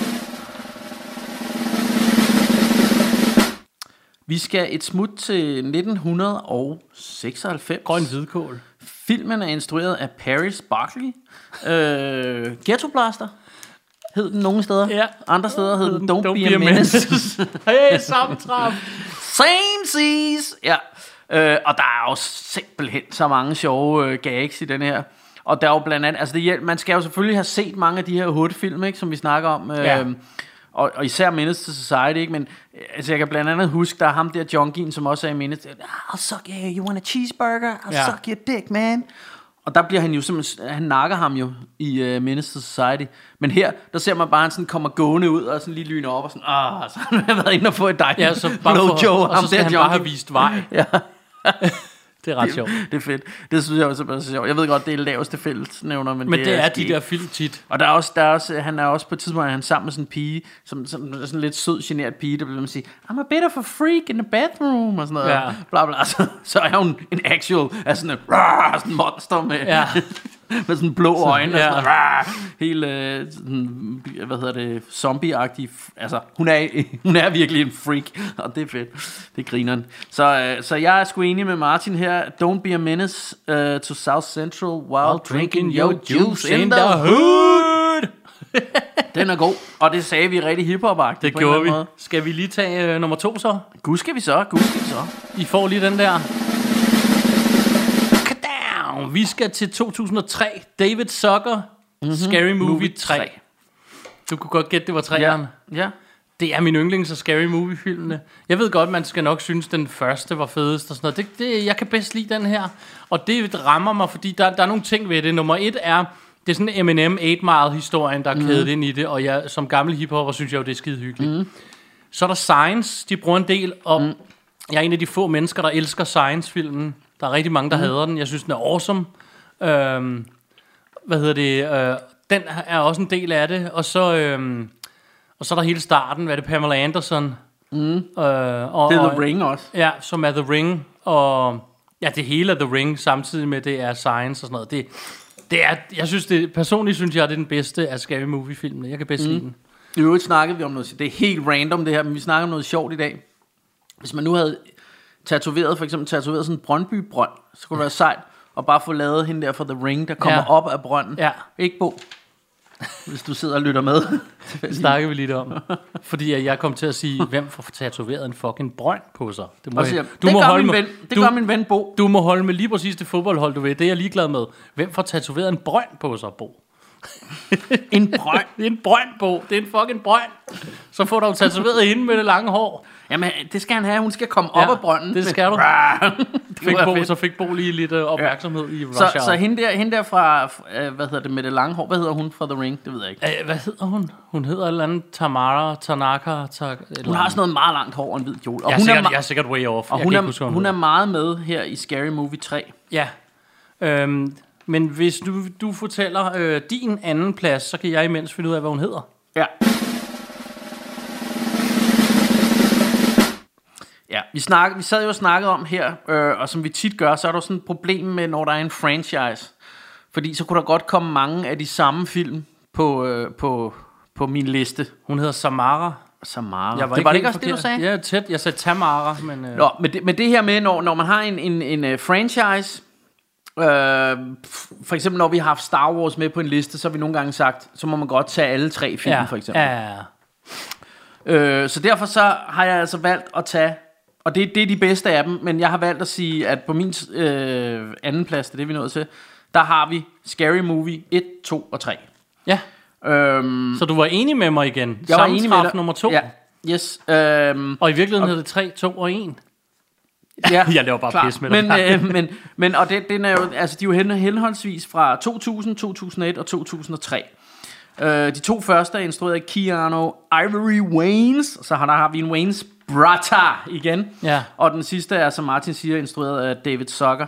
Vi skal et smut til nitten seksoghalvfems. Grøn hvidkål. Filmen er instrueret af Paris Barkley. Øh, Ghetto Blaster hed den nogle steder. Ja. Andre steder hed den Don't, Don't Be a Menace. Hey, sammentrap. Same seas. Ja. Øh, og der er jo simpelthen så mange sjove øh, gags i den her. Og der er jo blandt andet, altså det hjælp, man skal jo selvfølgelig have set mange af de her hood-film, ikke, som vi snakker om. Øh, Ja. og, og især Menace to Society, ikke? Men øh, altså jeg kan blandt andet huske, der er ham der junkien, som også er i Menace. I'll suck you, you want a cheeseburger? I'll Ja. suck your dick, man. Og der bliver han jo simpelthen, han nakker ham jo i uh, Menace to Society. Men her, der ser man bare, at han sådan kommer gående ud og sådan lige lyner op og sådan, ah, så han har været inde og få et dejligt Ja, så bare blowjob. for, og så skal han bare have vist vej. Ja. Det er ret sjovt. Det er fedt. Det synes jeg også er så sjovt. Jeg ved godt, det er laveste fællesnævner, men, Men det er skægt. de der film tit. Og der er også, der er også, han er også på et tidspunkt, han er sammen med sådan en pige, som som sådan en lidt sød, genert pige, der bliver man sige, I'm a bit of a freak in the bathroom, og sådan noget. Ja. Bla bla. Så, så er hun en actual, er sådan en, rar, sådan en monster med, Ja. med sådan blå øjne, ja. og sådan, rar, helt, øh, sådan, hvad hedder det, zombie-agtig. Altså, hun er, hun er virkelig en freak, og det er fedt. Det er grineren. Så, øh, så jeg er sgu enig med Martin her. Don't be a menace uh, to South Central while drinking your juice in the hood. Den er god, og det sagde vi rigtig hiphop-agtigt. Det på en eller gjorde vi. anden måde. Skal vi lige tage øh, nummer to så? Gud skal vi så, gud skal vi så. I får lige den der. Kadown! Vi skal til to tusind og tre. David Zucker. Mm-hmm. Scary Movie, Movie tre. tre. Du kunne godt gætte, det var treeren. Ja, ja. Det er min yndlings af Scary Movie-filmene. Jeg ved godt, man skal nok synes, den første var fedest og sådan noget. Det, det, jeg kan bedst lide den her. Og det rammer mig, fordi der, der er nogle ting ved det. Nummer et er, det er sådan en Eminem otte Mile-historien, der er kædet mm. ind i det. Og jeg, som gammel hiphopper, synes jeg jo, det er skide hyggeligt. Mm. Så er der Science, de bruger en del. Og mm. jeg er en af de få mennesker, der elsker Science-filmen. Der er rigtig mange, der mm. hader den. Jeg synes, den er awesome. Øhm, hvad hedder det? Øh, den er også en del af det. Og så... Øhm, Og så er der hele starten, hvad er det, Pamela Anderson. Mm. Øh, og, Det er og, The Ring også. Ja, som er The Ring. Og ja, det hele er The Ring, samtidig med, det er Science og sådan noget. Det, det er, jeg synes, det, personligt synes jeg, det er den bedste af Scary Movie-filmene. Jeg kan bedst mm. lide den. I øvrigt snakkede vi om noget, det er helt random det her, men vi snakker om noget sjovt i dag. Hvis man nu havde tatoveret, for eksempel tatoveret sådan en Brøndby-brønd, så kunne det være sejt at bare få lavet hende der fra The Ring, der kommer Ja. op af brønden. Ja. Ikke Bo? Hvis du sidder og lytter med. Det snakker vi lidt om. Fordi at jeg kom til at sige, hvem får tatoveret en fucking brønd på sig. Det, må Og siger, jeg, det gør min med, ven, det du, gør min ven Bo. Du må holde med lige præcis det fodboldhold, du ved. Det er jeg ligeglad med. Hvem får tatoveret en brønd på sig, Bo? En brønd. Det er en brønd, Bo. Det er en fucking brønd. Så får du jo tatoveret hende med det lange hår. Jamen, det skal han have. Hun skal komme op Ja, af brønden. det skal du. det Fik var Bo, fedt. så fik Bo lige lidt uh, opmærksomhed ja. i Rush Så, Hour. så hende, der, hende der fra, uh, hvad hedder det, med det lange hår, hvad hedder hun fra The Ring? Det ved jeg ikke. Æh, hvad hedder hun? Hun hedder et eller andet Tamara, Tanaka. Ta- Hun har sådan noget meget langt hår og en hvid kjole. Og jeg, er hun, sikkert, er, jeg er sikkert way off. og Jeg hun, kan er, ikke huske, hvad hun er hedder. meget med her i Scary Movie tre. Ja. Øhm, men hvis du, du fortæller øh, din anden plads, så kan jeg imens finde ud af, hvad hun hedder. Ja. Ja, vi, snak, vi sad jo og snakkede om her, øh, og som vi tit gør, så er der sådan et problem med, når der er en franchise. Fordi så kunne der godt komme mange af de samme film på, øh, på, på min liste. Hun hedder Samara. Samara. Jeg var det ikke var det helt ikke også det, du forkert. sagde? Ja, tæt. Jeg sagde Tamara, men... Øh, Nå, men det, men det her med, når, når man har en, en, en uh, franchise, øh, for eksempel når vi har haft Star Wars med på en liste, så har vi nogle gange sagt, så må man godt tage alle tre film, ja, for eksempel. Ja, ja, ja. Øh, så derfor så har jeg altså valgt at tage, og det, det er de bedste af dem, men jeg har valgt at sige, at på min øh, anden plads, det er det vi er nået til, der har vi Scary Movie et, to og tre. Ja. Øhm, Så du var enig med mig igen? jeg var enig med dig. nummer to? Ja, yes. Øhm, Og i virkeligheden hedder det tre, to og en. ja, Jeg laver bare klar. pis med dig. Men, øh, men, men og det, den er jo, altså, de er jo hen, henholdsvis fra to tusind, to tusind og et og to tusind og tre. Uh, de to første er instrueret af Keanu Ivory Wayans, så har der har vi en Wayans brother igen. Ja. Og den sidste er, som Martin siger, instrueret af David Zucker.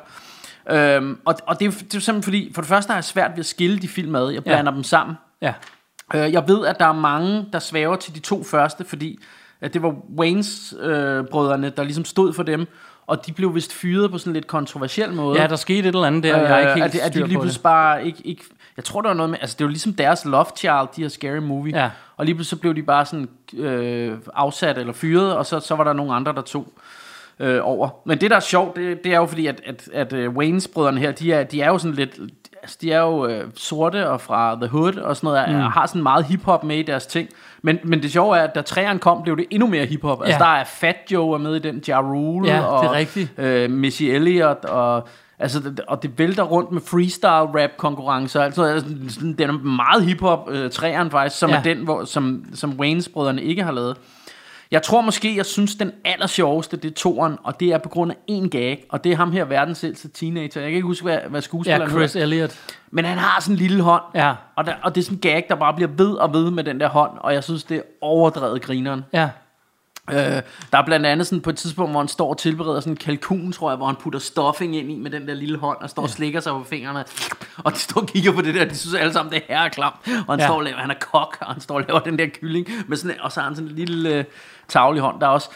Um, og og det, er, det er simpelthen fordi, for det første har jeg svært ved at skille de film ad. Jeg blander ja. dem sammen. Ja. Uh, jeg ved, at der er mange, der svæver til de to første, fordi at det var Wayans-brødrene, uh, der ligesom stod for dem. Og de blev vist fyret på sådan en lidt kontroversiel måde. Ja, der skete et eller andet der, jeg er ikke helt at, at de styr lige på pludselig det. bare ikke, ikke... Jeg tror, der var noget med... Altså, det var ligesom deres love child, de her Scary Movie. Ja. Og lige pludselig så blev de bare sådan øh, afsat eller fyret, og så, så var der nogle andre, der tog øh, over. Men det, der er sjovt, det, det er jo fordi, at, at, at uh, Wayans-brødrene her, de er, de er jo sådan lidt... Altså, de er jo øh, sorte og fra The Hood og sådan noget, mm. og har sådan meget hiphop med i deres ting. Men, men det sjove er, at da træerne kom, blev det endnu mere hiphop. Altså, Ja. der er Fat Joe er med i den, Ja Rule, Ja, det er og rigtigt. øh, Missy Elliott, og, altså, det, og det vælter rundt med freestyle-rap-konkurrencer. Altså, altså, den er meget hiphop, øh, træerne faktisk, som Ja. er den, hvor, som, som Wayans-brødrene ikke har lavet. Jeg tror måske, jeg synes, den aller sjoveste, det er toeren, og det er på grund af en gag, og det er ham her, verdens ældste teenager. Jeg kan ikke huske, hvad, hvad skuespilleren Ja, Chris hedder. Elliott. Men han har sådan en lille hånd, Ja. og, der, og det er sådan en gag, der bare bliver ved og ved med den der hånd, og jeg synes, det er overdrevet grineren. Ja. Øh, der er blandt andet sådan på et tidspunkt, hvor han står og tilbereder sådan en kalkun, tror jeg, hvor han putter stuffing ind i med den der lille hånd, og står og slikker sig på fingrene, og de står og kigger på det der, de synes alle sammen, det er herreklam, og han Ja. står og laver, han er kok, og han står og laver den der kylling, med sådan, og så har han sådan en lille øh, tavlig hånd, der er også,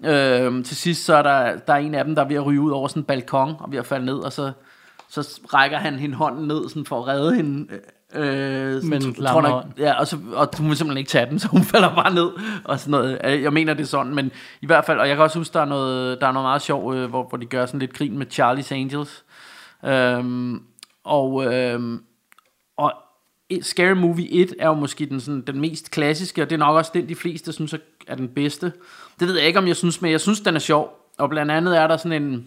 øh, til sidst så er der, der er en af dem, der er ved at ryge ud over sådan en balkon, og ved at falde ned, og så, så rækker han hende hånden ned, sådan for at redde hende, Øh, Men sådan, lam tror nok- hånd. Ja, og, så, og hun vil simpelthen ikke tage den, så hun falder bare ned og sådan noget. Jeg mener det er sådan, men i hvert fald, og jeg kan også huske, der er noget, der er noget meget sjov, øh, hvor, hvor de gør sådan lidt grin med Charlie's Angels. Øhm, og, øhm, og Scary Movie et er jo måske den, sådan, den mest klassiske, og det er nok også den, de fleste synes er, er den bedste. Det ved jeg ikke, om jeg synes, men jeg synes, den er sjov. Og blandt andet er der sådan en...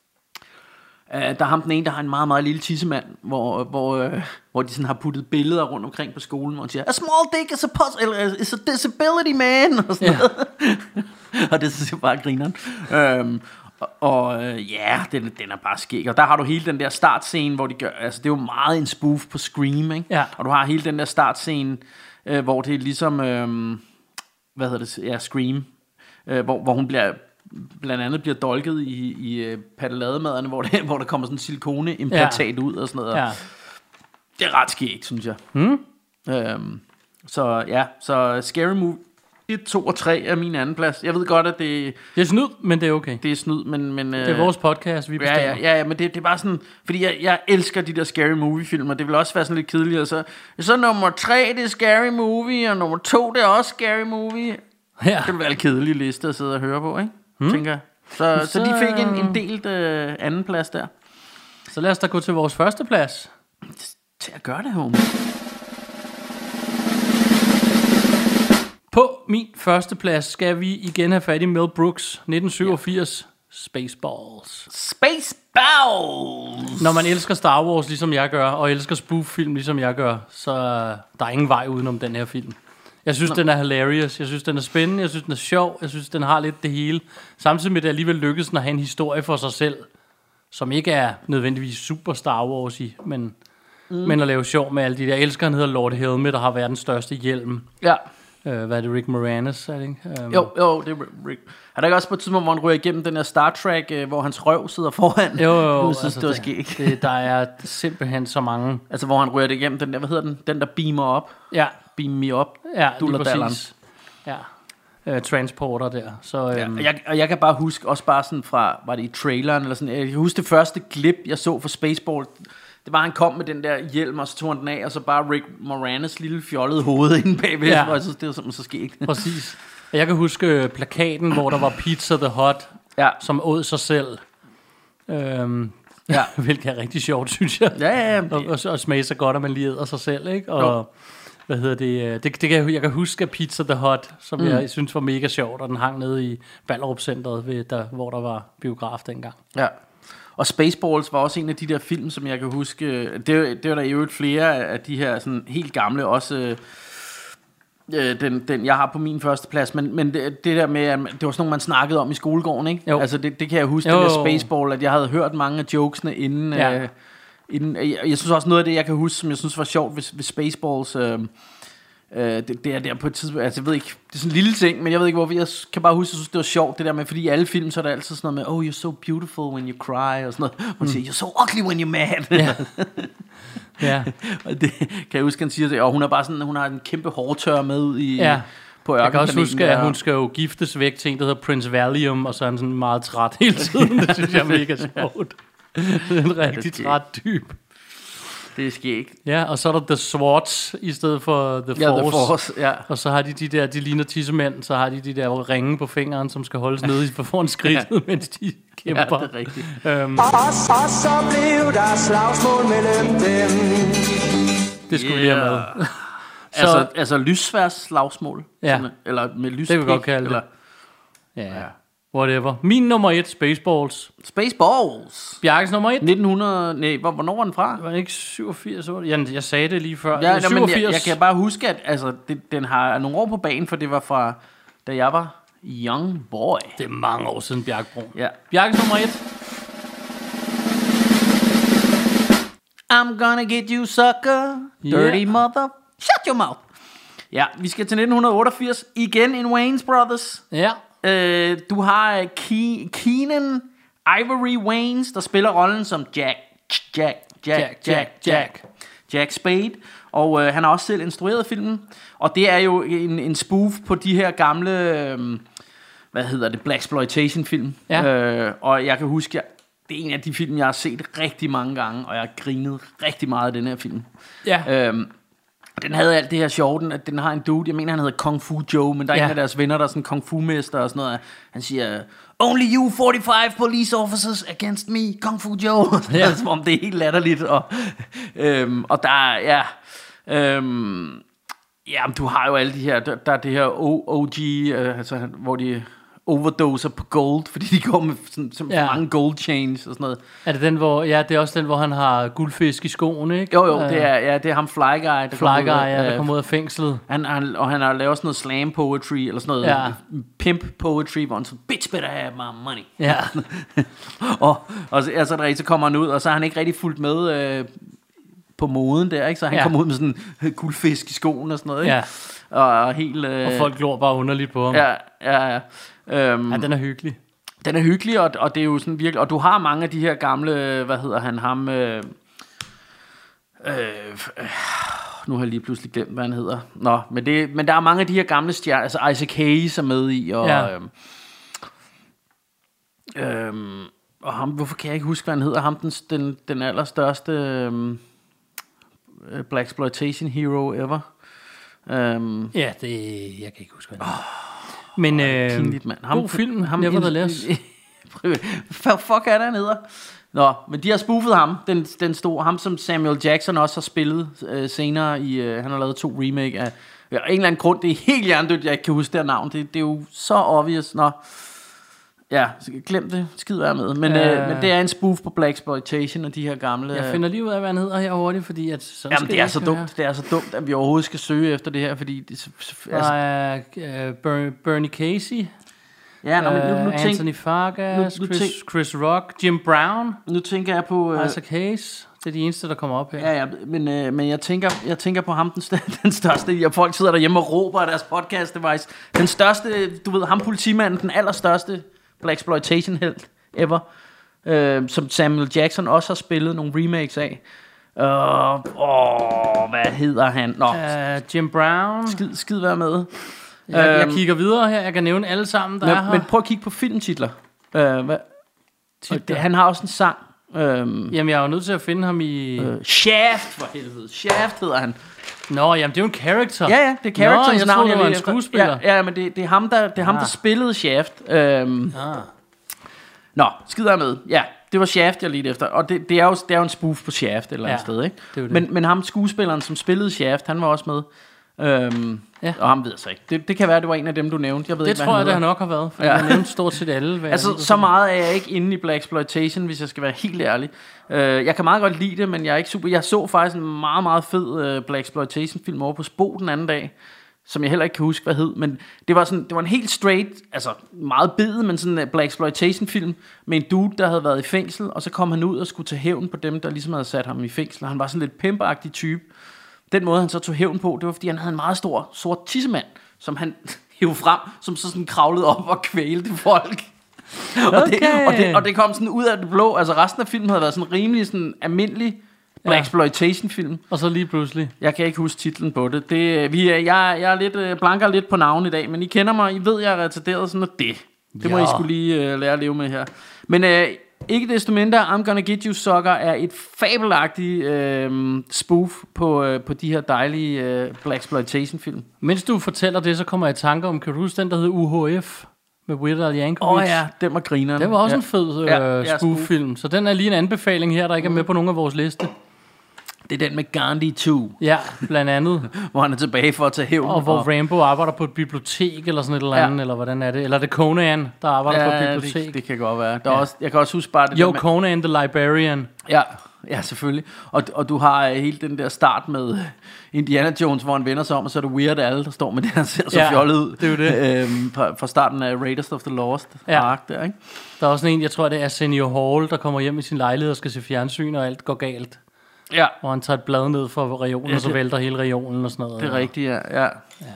Uh, der er ham den ene, der har en meget, meget lille tissemand, hvor, hvor, uh, hvor de sådan har puttet billeder rundt omkring på skolen, hvor han siger, a small dick is a, pos- eller, is a disability, man, og sådan Ja. noget. Og det synes jeg bare grineren. Um, og og uh, ja, den, den er bare skæg. Og der har du hele den der startscene, hvor de gør, altså det er jo meget en spoof på Scream, ikke? Ja. Og du har hele den der startscene, uh, hvor det er ligesom, um, hvad hedder det, ja, Scream, uh, hvor, hvor hun bliver... blandt andet bliver dolket i, i uh, patelademaderne, hvor, det, hvor der kommer sådan en silikone-implantat Ja. ud og sådan noget. Ja. Det er ret skægt, synes jeg. Hmm? Øhm, så ja, så Scary Movie et, to og tre er min anden plads. Jeg ved godt, at det, Det er snyd, men det er okay. det er snyd, men... men Det er vores podcast, vi bestemmer. Ja, ja, ja, men det, det er bare sådan... Fordi jeg, jeg elsker de der Scary Movie-film, og det vil også være sådan lidt kedeligt. Så, så nummer tre, det er Scary Movie, og nummer to, det er også Scary Movie. Ja. Det vil være en kedelig liste at sidde og høre på, ikke? Hmm. Tænker jeg. Så, så, så de fik en, en delt øh, anden plads der. Så lad os da gå til vores første plads. Til at gøre det, homie. På min første plads skal vi igen have fat i Mel Brooks, nitten syvogfirs, Spaceballs. Spaceballs! Når man elsker Star Wars, ligesom jeg gør, og elsker spoof-film, ligesom jeg gør, så øh, der er ingen vej udenom den her film. Jeg synes, Nå. den er hilarious. Jeg synes, den er spændende. Jeg synes, den er sjov. Jeg synes, den har lidt det hele. Samtidig med, at det alligevel lykkes at have en historie for sig selv, som ikke er nødvendigvis super Star Wars i, men, mm. men at lave sjov med alle de der. Elskeren hedder Lord Helmet, der har verdens største hjelm. Ja. Uh, hvad er det, Rick Moranis, er det ikke? Um, Jo, jo, det er Rick. Er der ikke også på et tidspunkt, hvor han ryger igennem den her Star Trek, øh, hvor hans røv sidder foran? Jo, jo, jo. Jeg synes, altså, det var det, skægt. det, der er simpelthen så mange. Altså, hvor han ryger det igennem den der, hvad hedder den? Den, der beamer op. Ja, Beam me up. ja, lige Dullerdalleren. præcis. Ja. Uh, transporter der. Så, Ja, øhm, og, jeg, og jeg kan bare huske, også bare sådan fra, var det i traileren, eller sådan, jeg kan huske det første klip, jeg så for Spaceball, det var, han kom med den der hjelm, og så tog han den af, og så bare Rick Moranis lille fjollede hoved inde bagved, Ja. og jeg synes, det var simpelthen så skægt. præcis. Og jeg kan huske plakaten, hvor der var Pizza the Hut, Ja. som åd sig selv. Øhm, Ja. hvilket er rigtig sjovt, synes jeg. Ja, ja, ja. Og, og, og smage så godt, at man lige æder sig selv, ikke? Og Jo. hvad hedder det? øh, det, det kan, jeg- jeg kan huske, at Pizza the Hut, som mm. jeg synes var mega sjovt, og den hang nede i Ballerup Centeret, ved, der, hvor der var biograf dengang. Ja. og Spaceballs var også en af de der film, som jeg kan huske. Det, det var der i øvrigt flere af de her sådan helt gamle, også øh, den, den jeg har på min første plads. Men, men det, det der med, at det var sådan nogle, man snakkede om i skolegården, ikke? Jo. Altså det, det kan jeg huske, Jo. den der Spaceball, at jeg havde hørt mange af jokesene inden. Ja. Øh, inden jeg, jeg synes også noget af det, jeg kan huske, som jeg synes var sjovt ved, ved Spaceballs. Øh, Øh, det, det er der på et tidspunkt, altså jeg ved ikke, det er sådan en lille ting, men jeg ved ikke hvorfor, jeg kan bare huske, jeg synes det var sjovt det der med, fordi i alle film så er der altid sådan noget med, oh you're so beautiful when you cry, og sådan noget, man siger, you're so ugly when you're mad. Ja. Ja. Og det kan jeg huske, han siger det, og hun er bare sådan, hun har en kæmpe hårtør med ud i, Ja. på Jeg kan også ørkenplaneten huske, at der. hun skal jo giftes væk til en, der hedder Prince Valium, og så er han sådan meget træt hele tiden. Det synes jeg er mega sjovt. Det er en rigtig sker træt type. Det er skægt. Ja, og så er der The Swords i stedet for The Force. Ja, The Force, ja. Og så har de de der, de ligner tissemænd, så har de de der ringe på fingeren, som skal holdes nede foran skridtet, ja. Mens de kæmper. Ja, det er rigtigt. Øhm, Og, og så blev der slagsmål mellem dem. det skulle vi lige have med. Så, Altså, altså lyssværs slagsmål. Ja. Sådan, eller med lyspik. Det kan vi godt kalde det. Eller ja, whatever. Min nummer et, Spaceballs. Spaceballs. Bjarkes nummer et. nitten hundrede, nej, hvor, hvornår var den fra? Var det ikke syvogfirs? Jeg, jeg sagde det lige før. Ja, Det var nej, men jeg, syvogfirs. jeg kan bare huske, at altså, det, den har nogle år på banen, for det var fra, da jeg var young boy. Det er mange år siden, Bjarkebro. Ja. Bjarkes nummer et. I'm gonna get you, sucker. Dirty Yeah. mother. Shut your mouth. Ja, vi skal til nitten otteogfirs. Igen en Wayans Brothers. Ja. Øh, du har Ke- Keenan Ivory Wayans, der spiller rollen som Jack. Jack, Jack, Jack, Jack, Jack. Jack Spade. Og øh, han har også selv instrueret filmen. Og det er jo en, en spoof på de her gamle, øh, hvad hedder det, blaxploitation film. Ja. Øh, og jeg kan huske, jeg, det er en af de film, jeg har set rigtig mange gange, og jeg har grinet rigtig meget af den her film. Ja. Øhm, den havde alt det her sjovt, den, at den har en dude, jeg mener han hedder Kung Fu Joe, men der er Ja. en af deres venner, der er sådan en Kung Fu mester og sådan noget. Han siger, only you forty-five police officers against me, Kung Fu Joe. Ja. Som om det er helt latterligt. Og, øhm, og der er, ja, øhm, ja, men du har jo alle de her, der, der er det her O G, øh, altså, hvor de overdoser på gold, fordi de går med sådan, sådan Ja. mange gold chains og sådan noget. Er det den, hvor... Ja, det er også den, hvor han har guldfisk i skoene, ikke? Jo, jo, Øh, det er, ja, det er ham Fly Guy, der Fly kommer Guy, ud af- ja, der øh, kommer ud af fængslet. Han, han, og han har lavet sådan noget slam poetry, eller sådan noget Ja. pimp poetry, hvor han så, bitch better have my money. Ja. og, og så, ja, så, er der, så kommer han ud, og så har han ikke rigtig fulgt med øh, på moden der, ikke? Så han Ja. kommer ud med sådan en guldfisk i skoen og sådan noget, ikke? Ja. Og, og helt... Øh, Og folk glor bare underligt på ham. Ja, ja, ja. Øhm, Ja, den er hyggelig. Den er hyggelig, og, og det er jo sådan virkelig... Og du har mange af de her gamle... Hvad hedder han? Ham... Øh, øh, øh, nu har jeg lige pludselig glemt, hvad han hedder. Nå, men, det, men der er mange af de her gamle stjerner... Altså Isaac Hayes er med i, og... Ja. Øhm, øhm, og ham... Hvorfor kan jeg ikke huske, hvad han hedder? Ham, den, den, den allerstørste... Øhm, blaxploitation hero ever. Øm, Ja, det... Jeg kan ikke huske, hvad det er. Men øh, pinligt, mand. god film. Ham Nevertheless. Hvad fuck er det, han hedder? Nå, men de har spoofet ham. Den, den stod, ham som Samuel Jackson også har spillet øh, senere i, øh, han har lavet to remake af, ja, en eller anden grund, det er helt hjernedødt, jeg ikke kan huske det her navn. Det, det er jo så obvious. Nå, ja, så glem det. Skid være med. Men, Øh. øh, men det er en spoof på blaxploitation og de her gamle... Jeg finder lige ud af, hvad han hedder her hurtigt, fordi at sådan Jamen, skal det er ikke så være. dumt. Det er så dumt, at vi overhovedet skal søge efter det her, fordi... Det, Der altså, er øh, Ber- Bernie Casey, ja, nå, men nu, nu, øh, tænk, Anthony Fargas, nu- nu Chris, tænk- Chris Rock, Jim Brown, nu tænker jeg på... Øh, Isaac Hayes. Det er de eneste, der kommer op her. Ja, ja, men, øh, men jeg, tænker, jeg tænker på ham, den, st- den største, ja, folk sidder derhjemme og råber af deres podcast device. Den største, du ved, ham politimanden, den allerstørste blaxploitation-helt ever, øh, som Samuel Jackson også har spillet nogle remakes af. Åh, åh, hvad hedder han? Nå, Uh, Jim Brown. skid, skid være med. Jeg, jeg Øhm, kigger videre her. Jeg kan nævne alle sammen, der er men, her. men prøv at kigge på filmtitler. Øh, hvad? Og det, han har også en sang. Øhm, Jamen, jeg er jo nødt til at finde ham i... øh, Shaft, for helvede. Shaft hedder han. Nå, jamen, det er jo en character. Ja, ja, det er characterens Nå, jeg navn, troede, det var ved en efter. skuespiller. Ja, ja, men det, det er ham, der, det er ham, Ah. der spillede Shaft. Øhm, Ah. Nå, skider med. Ja, det var Shaft, jeg lige efter. Og det, det, er jo, det er jo en spoof på Shaft et eller andet Ja, sted, ikke? det er jo det. Men, men ham, skuespilleren, som spillede Shaft, han var også med. Øhm, Ja. Og ham ved jeg så ikke. Det, det kan være, det var en af dem, du nævnte. Jeg ved Det ikke, hvad tror han jeg, det hedder. har nok har været. For Ja. ja. jeg nævnte stort set alle. Hvad Altså, jeg lige så kunne meget er jeg ikke inde i Blaxploitation, hvis jeg skal være helt ærlig. Uh, jeg kan meget godt lide det, men jeg er ikke super. Jeg så faktisk en meget, meget fed uh, Blaxploitation-film over på Spo den anden dag, som jeg heller ikke kan huske, hvad hed. Men det var, sådan, det var en helt straight, altså meget bid, men sådan en Blaxploitation-film med en dude, der havde været i fængsel, og så kom han ud og skulle tage hævn på dem, der ligesom havde sat ham i fængsel. Han var sådan lidt pimpagtig type. Den måde, han så tog hævn på, det var, fordi han havde en meget stor, sort tissemand, som han hævde frem, som så sådan kravlede op og kvælte folk. Okay. Og, det, og, det, og det kom sådan ud af det blå. Altså resten af filmen havde været sådan rimelig sådan almindelig Blaxploitation-film. Og så lige pludselig. Jeg kan ikke huske titlen på det. det vi er, jeg, jeg er lidt blanker lidt på navn i dag, men I kender mig, I ved, jeg er retarderet sådan noget. Det, det må Ja. I skulle lige uh, lære at leve med her. Men uh, ikke desto mindre, I'm Gonna Get You Sucker er et fabelagtigt uh, spoof på, uh, på de her dejlige uh, Blaxploitation-film. Mens du fortæller det, så kommer jeg i tanke om, kan du huske den, der hedder U H F? Med Weird Al Yankovic. Åh oh, ja, den var grineren. Det var også ja. en fed øh, Ja, ja, spoof-film. Så den er lige en anbefaling her, der ikke er med på nogen af vores liste. Det er den med Gandhi to, Ja, blandt andet. hvor han er tilbage for at tage hævn. Og hvor Rambo arbejder på et bibliotek, eller sådan et eller Ja. andet, eller hvordan er det? Eller er det Conan, der arbejder ja, på et bibliotek? det, det kan godt være. Der er Ja. også, jeg kan også huske bare det Jo, der med, Conan the Librarian. ja, ja, selvfølgelig. Og, og du har uh, hele den der start med Indiana Jones, hvor han vender sig om, og så er det Weird Al, der står med det, han ser så Ja, fjollet ud. det er jo det. Øhm, fra, fra starten af Raiders of the Lost Ja. ark der, ikke? Der er også en, jeg tror, det er Senior Hall, der kommer hjem i sin lejlighed og skal se fjernsyn, og alt går galt. Ja, Hvor han tager et blad ned fra regionen, Ja, og så det- vælter hele regionen og sådan noget. det er rigtigt, ja. Ja, Ja,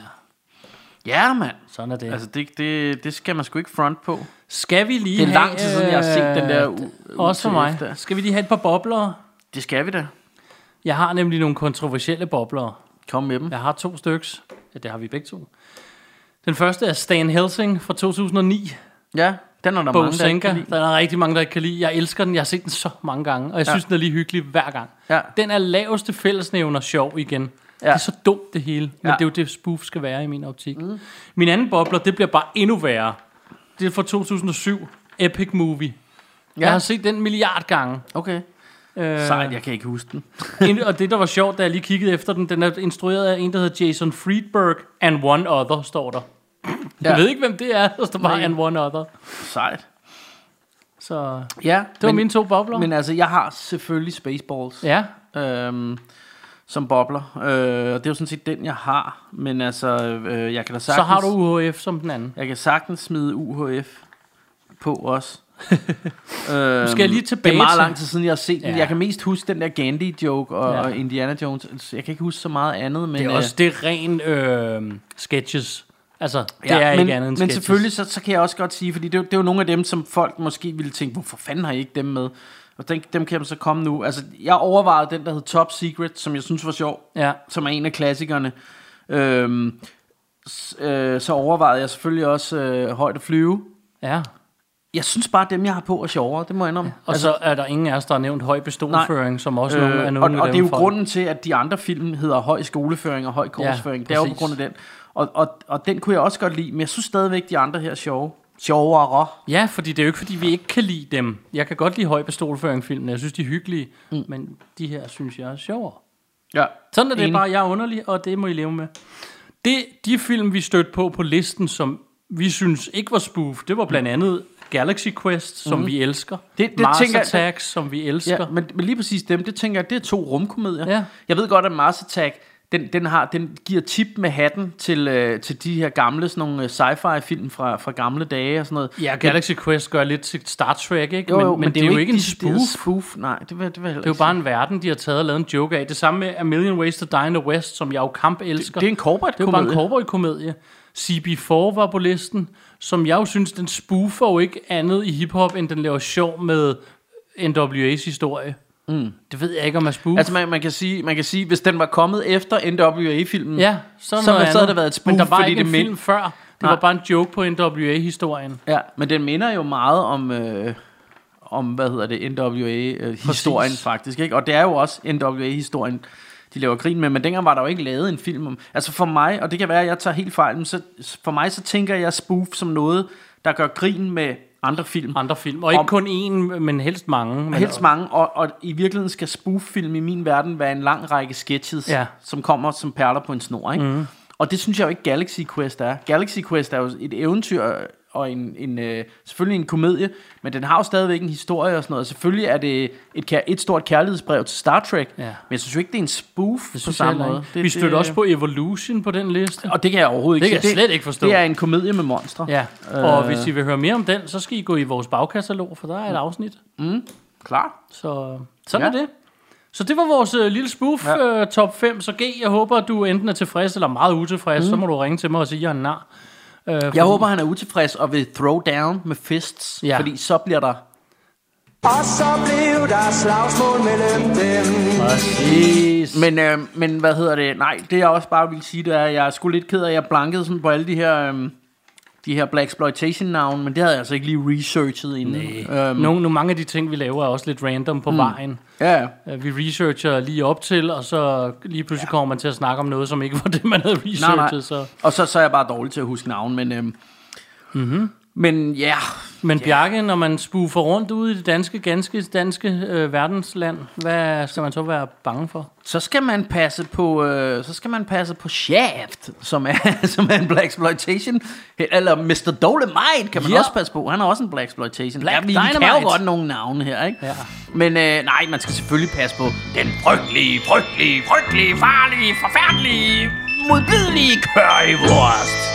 ja mand. sådan er det. Altså, det, det, det skal man sgu ikke front på. Skal vi lige Det er have, lang tid siden, jeg har set den der øh, u- Også for U T F mig. der. Skal vi lige have et par bobler? Det skal vi da. Jeg har nemlig nogle kontroversielle bobler. Kom med dem. Jeg har to styks. Ja, det har vi begge to. Den første er Stan Helsing fra to tusind og ni. Ja, den er der Bo mange, der ikke Senka. kan lide. Der er rigtig mange, der ikke kan lide. Jeg elsker den. Jeg har set den så mange gange. Og jeg Ja. synes, den er lige hyggelig hver gang. Ja. Den er laveste fællesnævner sjov igen. Ja. Det er så dumt det hele. Men Ja. det er jo det, spoof skal være i min optik. Mm. Min anden bobler, det bliver bare endnu værre. Det er fra to tusind og syv. Epic Movie. Ja. Jeg har set den milliard gange. Okay. Øh, Sejt, jeg kan ikke huske den. en- og det, der var sjovt, da jeg lige kiggede efter den, den er instrueret af en, der hedder Jason Friedberg. And One Other, står der. Jeg Ja. ved ikke, hvem det er. Der står bare Nej. And One Other. Sejt. Så Ja, det var men, mine to bobler. Men altså, jeg har selvfølgelig Spaceballs. Ja, Øhm, som bobler. Øh, og det er jo sådan set den, jeg har. Men altså, øh, jeg kan da sagtens... så har du U H F som den anden. Jeg kan sagtens smide U H F på også. øhm, Nu skal jeg lige tilbage Det er meget til- lang tid siden, jeg har set den. Ja. Jeg kan mest huske den der Gandhi-joke og, Ja. og Indiana Jones. Jeg kan ikke huske så meget andet. Men, Det er også det er ren øh, sketches. Altså, det ja, er men, ikke andet end Men sketches. selvfølgelig, så, så kan jeg også godt sige, fordi det, er jo- det er jo nogle af dem, som folk måske ville tænke, hvorfor fanden har I ikke dem med? Og den, dem kan så komme nu. Altså, jeg overvejede den, der hed Top Secret, som jeg synes var sjov, Ja, som er en af klassikerne. Øhm, s- øh, så overvejede jeg selvfølgelig også øh, Højt at flyve. ja. Jeg synes bare, at dem, jeg har på, er sjovere. Det må jeg indrømme. Og altså, så er der ingen af os, der har nævnt høj pistolføring, som også øh, nogle, er Øh, nogle og, og af det er dem jo folk. grunden til, at de andre film hedder Høj skoleføring og Høj korsføring. Ja, det er jo på præcis. grund af den. Og, og, og den kunne jeg også godt lide, men jeg synes stadigvæk, de andre her er sjove. Sjovere. Ja, fordi det er jo ikke, fordi vi ikke kan lide dem. Jeg kan godt lide høj pistolføring-filmene. Jeg synes, de er hyggelige. Mm. Men de her synes jeg er sjovere. Ja. Sådan er det Enig. bare. Jeg er underlig, og det må I leve med. Det, de film, vi stødte på på listen, som vi synes ikke var spoof, det var blandt andet Galaxy Quest, som mm. vi elsker. Det- det Mars tænker jeg- Attacks, som vi elsker. Ja, men, men lige præcis dem, det tænker jeg, det er to rumkomedier. Ja. Jeg ved godt, at Mars Attack, den, den, har, den giver tip med hatten til, øh, til de her gamle sådan nogle øh, sci-fi film fra, fra gamle dage og sådan noget. Ja, Galaxy Quest gør lidt til Star Trek, ikke? Jo, jo, men, men det er jo ikke en spoof. decideret spoof. Nej, det vil, det vil jeg Det er jo bare en verden, de har taget og lavet en joke af. Det samme med A Million Ways to Die in the West, som jeg jo kamp elsker. Det er en corporate Det er jo bare en komedie. cowboy-komedie. C B fire var på listen, som jeg jo synes, den spoofer jo ikke andet i hiphop, end den laver sjov med N W A's historie. Mm. Det ved jeg ikke, om er spoof. Altså man, man, kan sige, man kan sige, hvis den var kommet efter N W A-filmen, ja, så, er så, noget så havde andet. det været et spoof, Men der var fordi ikke en det film mind- før. Det Nej. var bare en joke på N W A-historien. Ja, men den minder jo meget om, øh, om hvad hedder det, N W A-historien faktisk, ikke? Og det er jo også N W A-historien, de laver grin med, men dengang var der jo ikke lavet en film om. Altså for mig, og det kan være, at jeg tager helt fejl, men så, for mig så tænker jeg spoof som noget, der gør grin med andre film. Andre film. Og ikke Om- kun én, men helst mange. Men Helst mange, og, og i virkeligheden skal spoof-film i min verden være en lang række sketches, Ja. som kommer som perler på en snor, ikke? Mm. Og det synes jeg jo ikke Galaxy Quest er. Galaxy Quest er jo et eventyr og en, en øh, selvfølgelig en komedie, men den har jo stadigvæk en historie og sådan noget. Selvfølgelig er det et, kær- et stort kærlighedsbrev til Star Trek, Ja. men jeg synes jo ikke, det er en spoof Det på synes samme jeg måde. måde. Vi støtter også på Evolution på den liste. Og det kan jeg overhovedet Det ikke kan jeg se. slet ikke forstå. Det er en komedie med monstre. Ja, og hvis I vil høre mere om den, så skal I gå i vores bagkatalog, for der er et afsnit. Klar. Så sådan Ja. er det. Så det var vores øh, lille spoof Ja. øh, top fem. Så G, jeg håber, at du enten er tilfreds eller meget utilfreds. Mm. Så må du ringe til mig og sige, at jeg er en nar. Øh, fordi- Jeg håber, han er utilfreds og vil throw down med fists, Ja. fordi så bliver der... Og så blev der slagsmål mellem dem. Præcis. Men, øh, men hvad hedder det? Nej, det jeg også bare vil sige, det er, at jeg er sgu lidt ked af, at jeg blankede sådan på alle de her, øh, de her Blaxploitation-navne, men det havde jeg altså ikke lige researchet inden. Øhm, Nogle, nogle mange af de ting, vi laver, er også lidt random på mm. vejen. Ja, ja. Øh, Vi researcher lige op til, og så lige pludselig ja. kommer man til at snakke om noget, som ikke var det, man havde researchet. Nej, nej. Så. Og så, så er jeg bare dårlig til at huske navn, men... Øh, mm-hmm. Men ja... Men Bjarke, når man spoofer rundt ude i det danske, ganske danske øh, verdensland, hvad skal man så være bange for? Så skal man passe på, øh, så skal man passe på Shaft, som er som er en Blaxploitation, eller mister Dolemite kan man Ja. også passe på. Han er også en Blaxploitation. Black Ja, vi, vi kan Dynamite. jo godt nogle navne her, ikke? Ja. Men øh, nej, man skal selvfølgelig passe på den frygtelige, frygtelige, frygtelige, farlige, forfærdelige, modbydelige currywurst.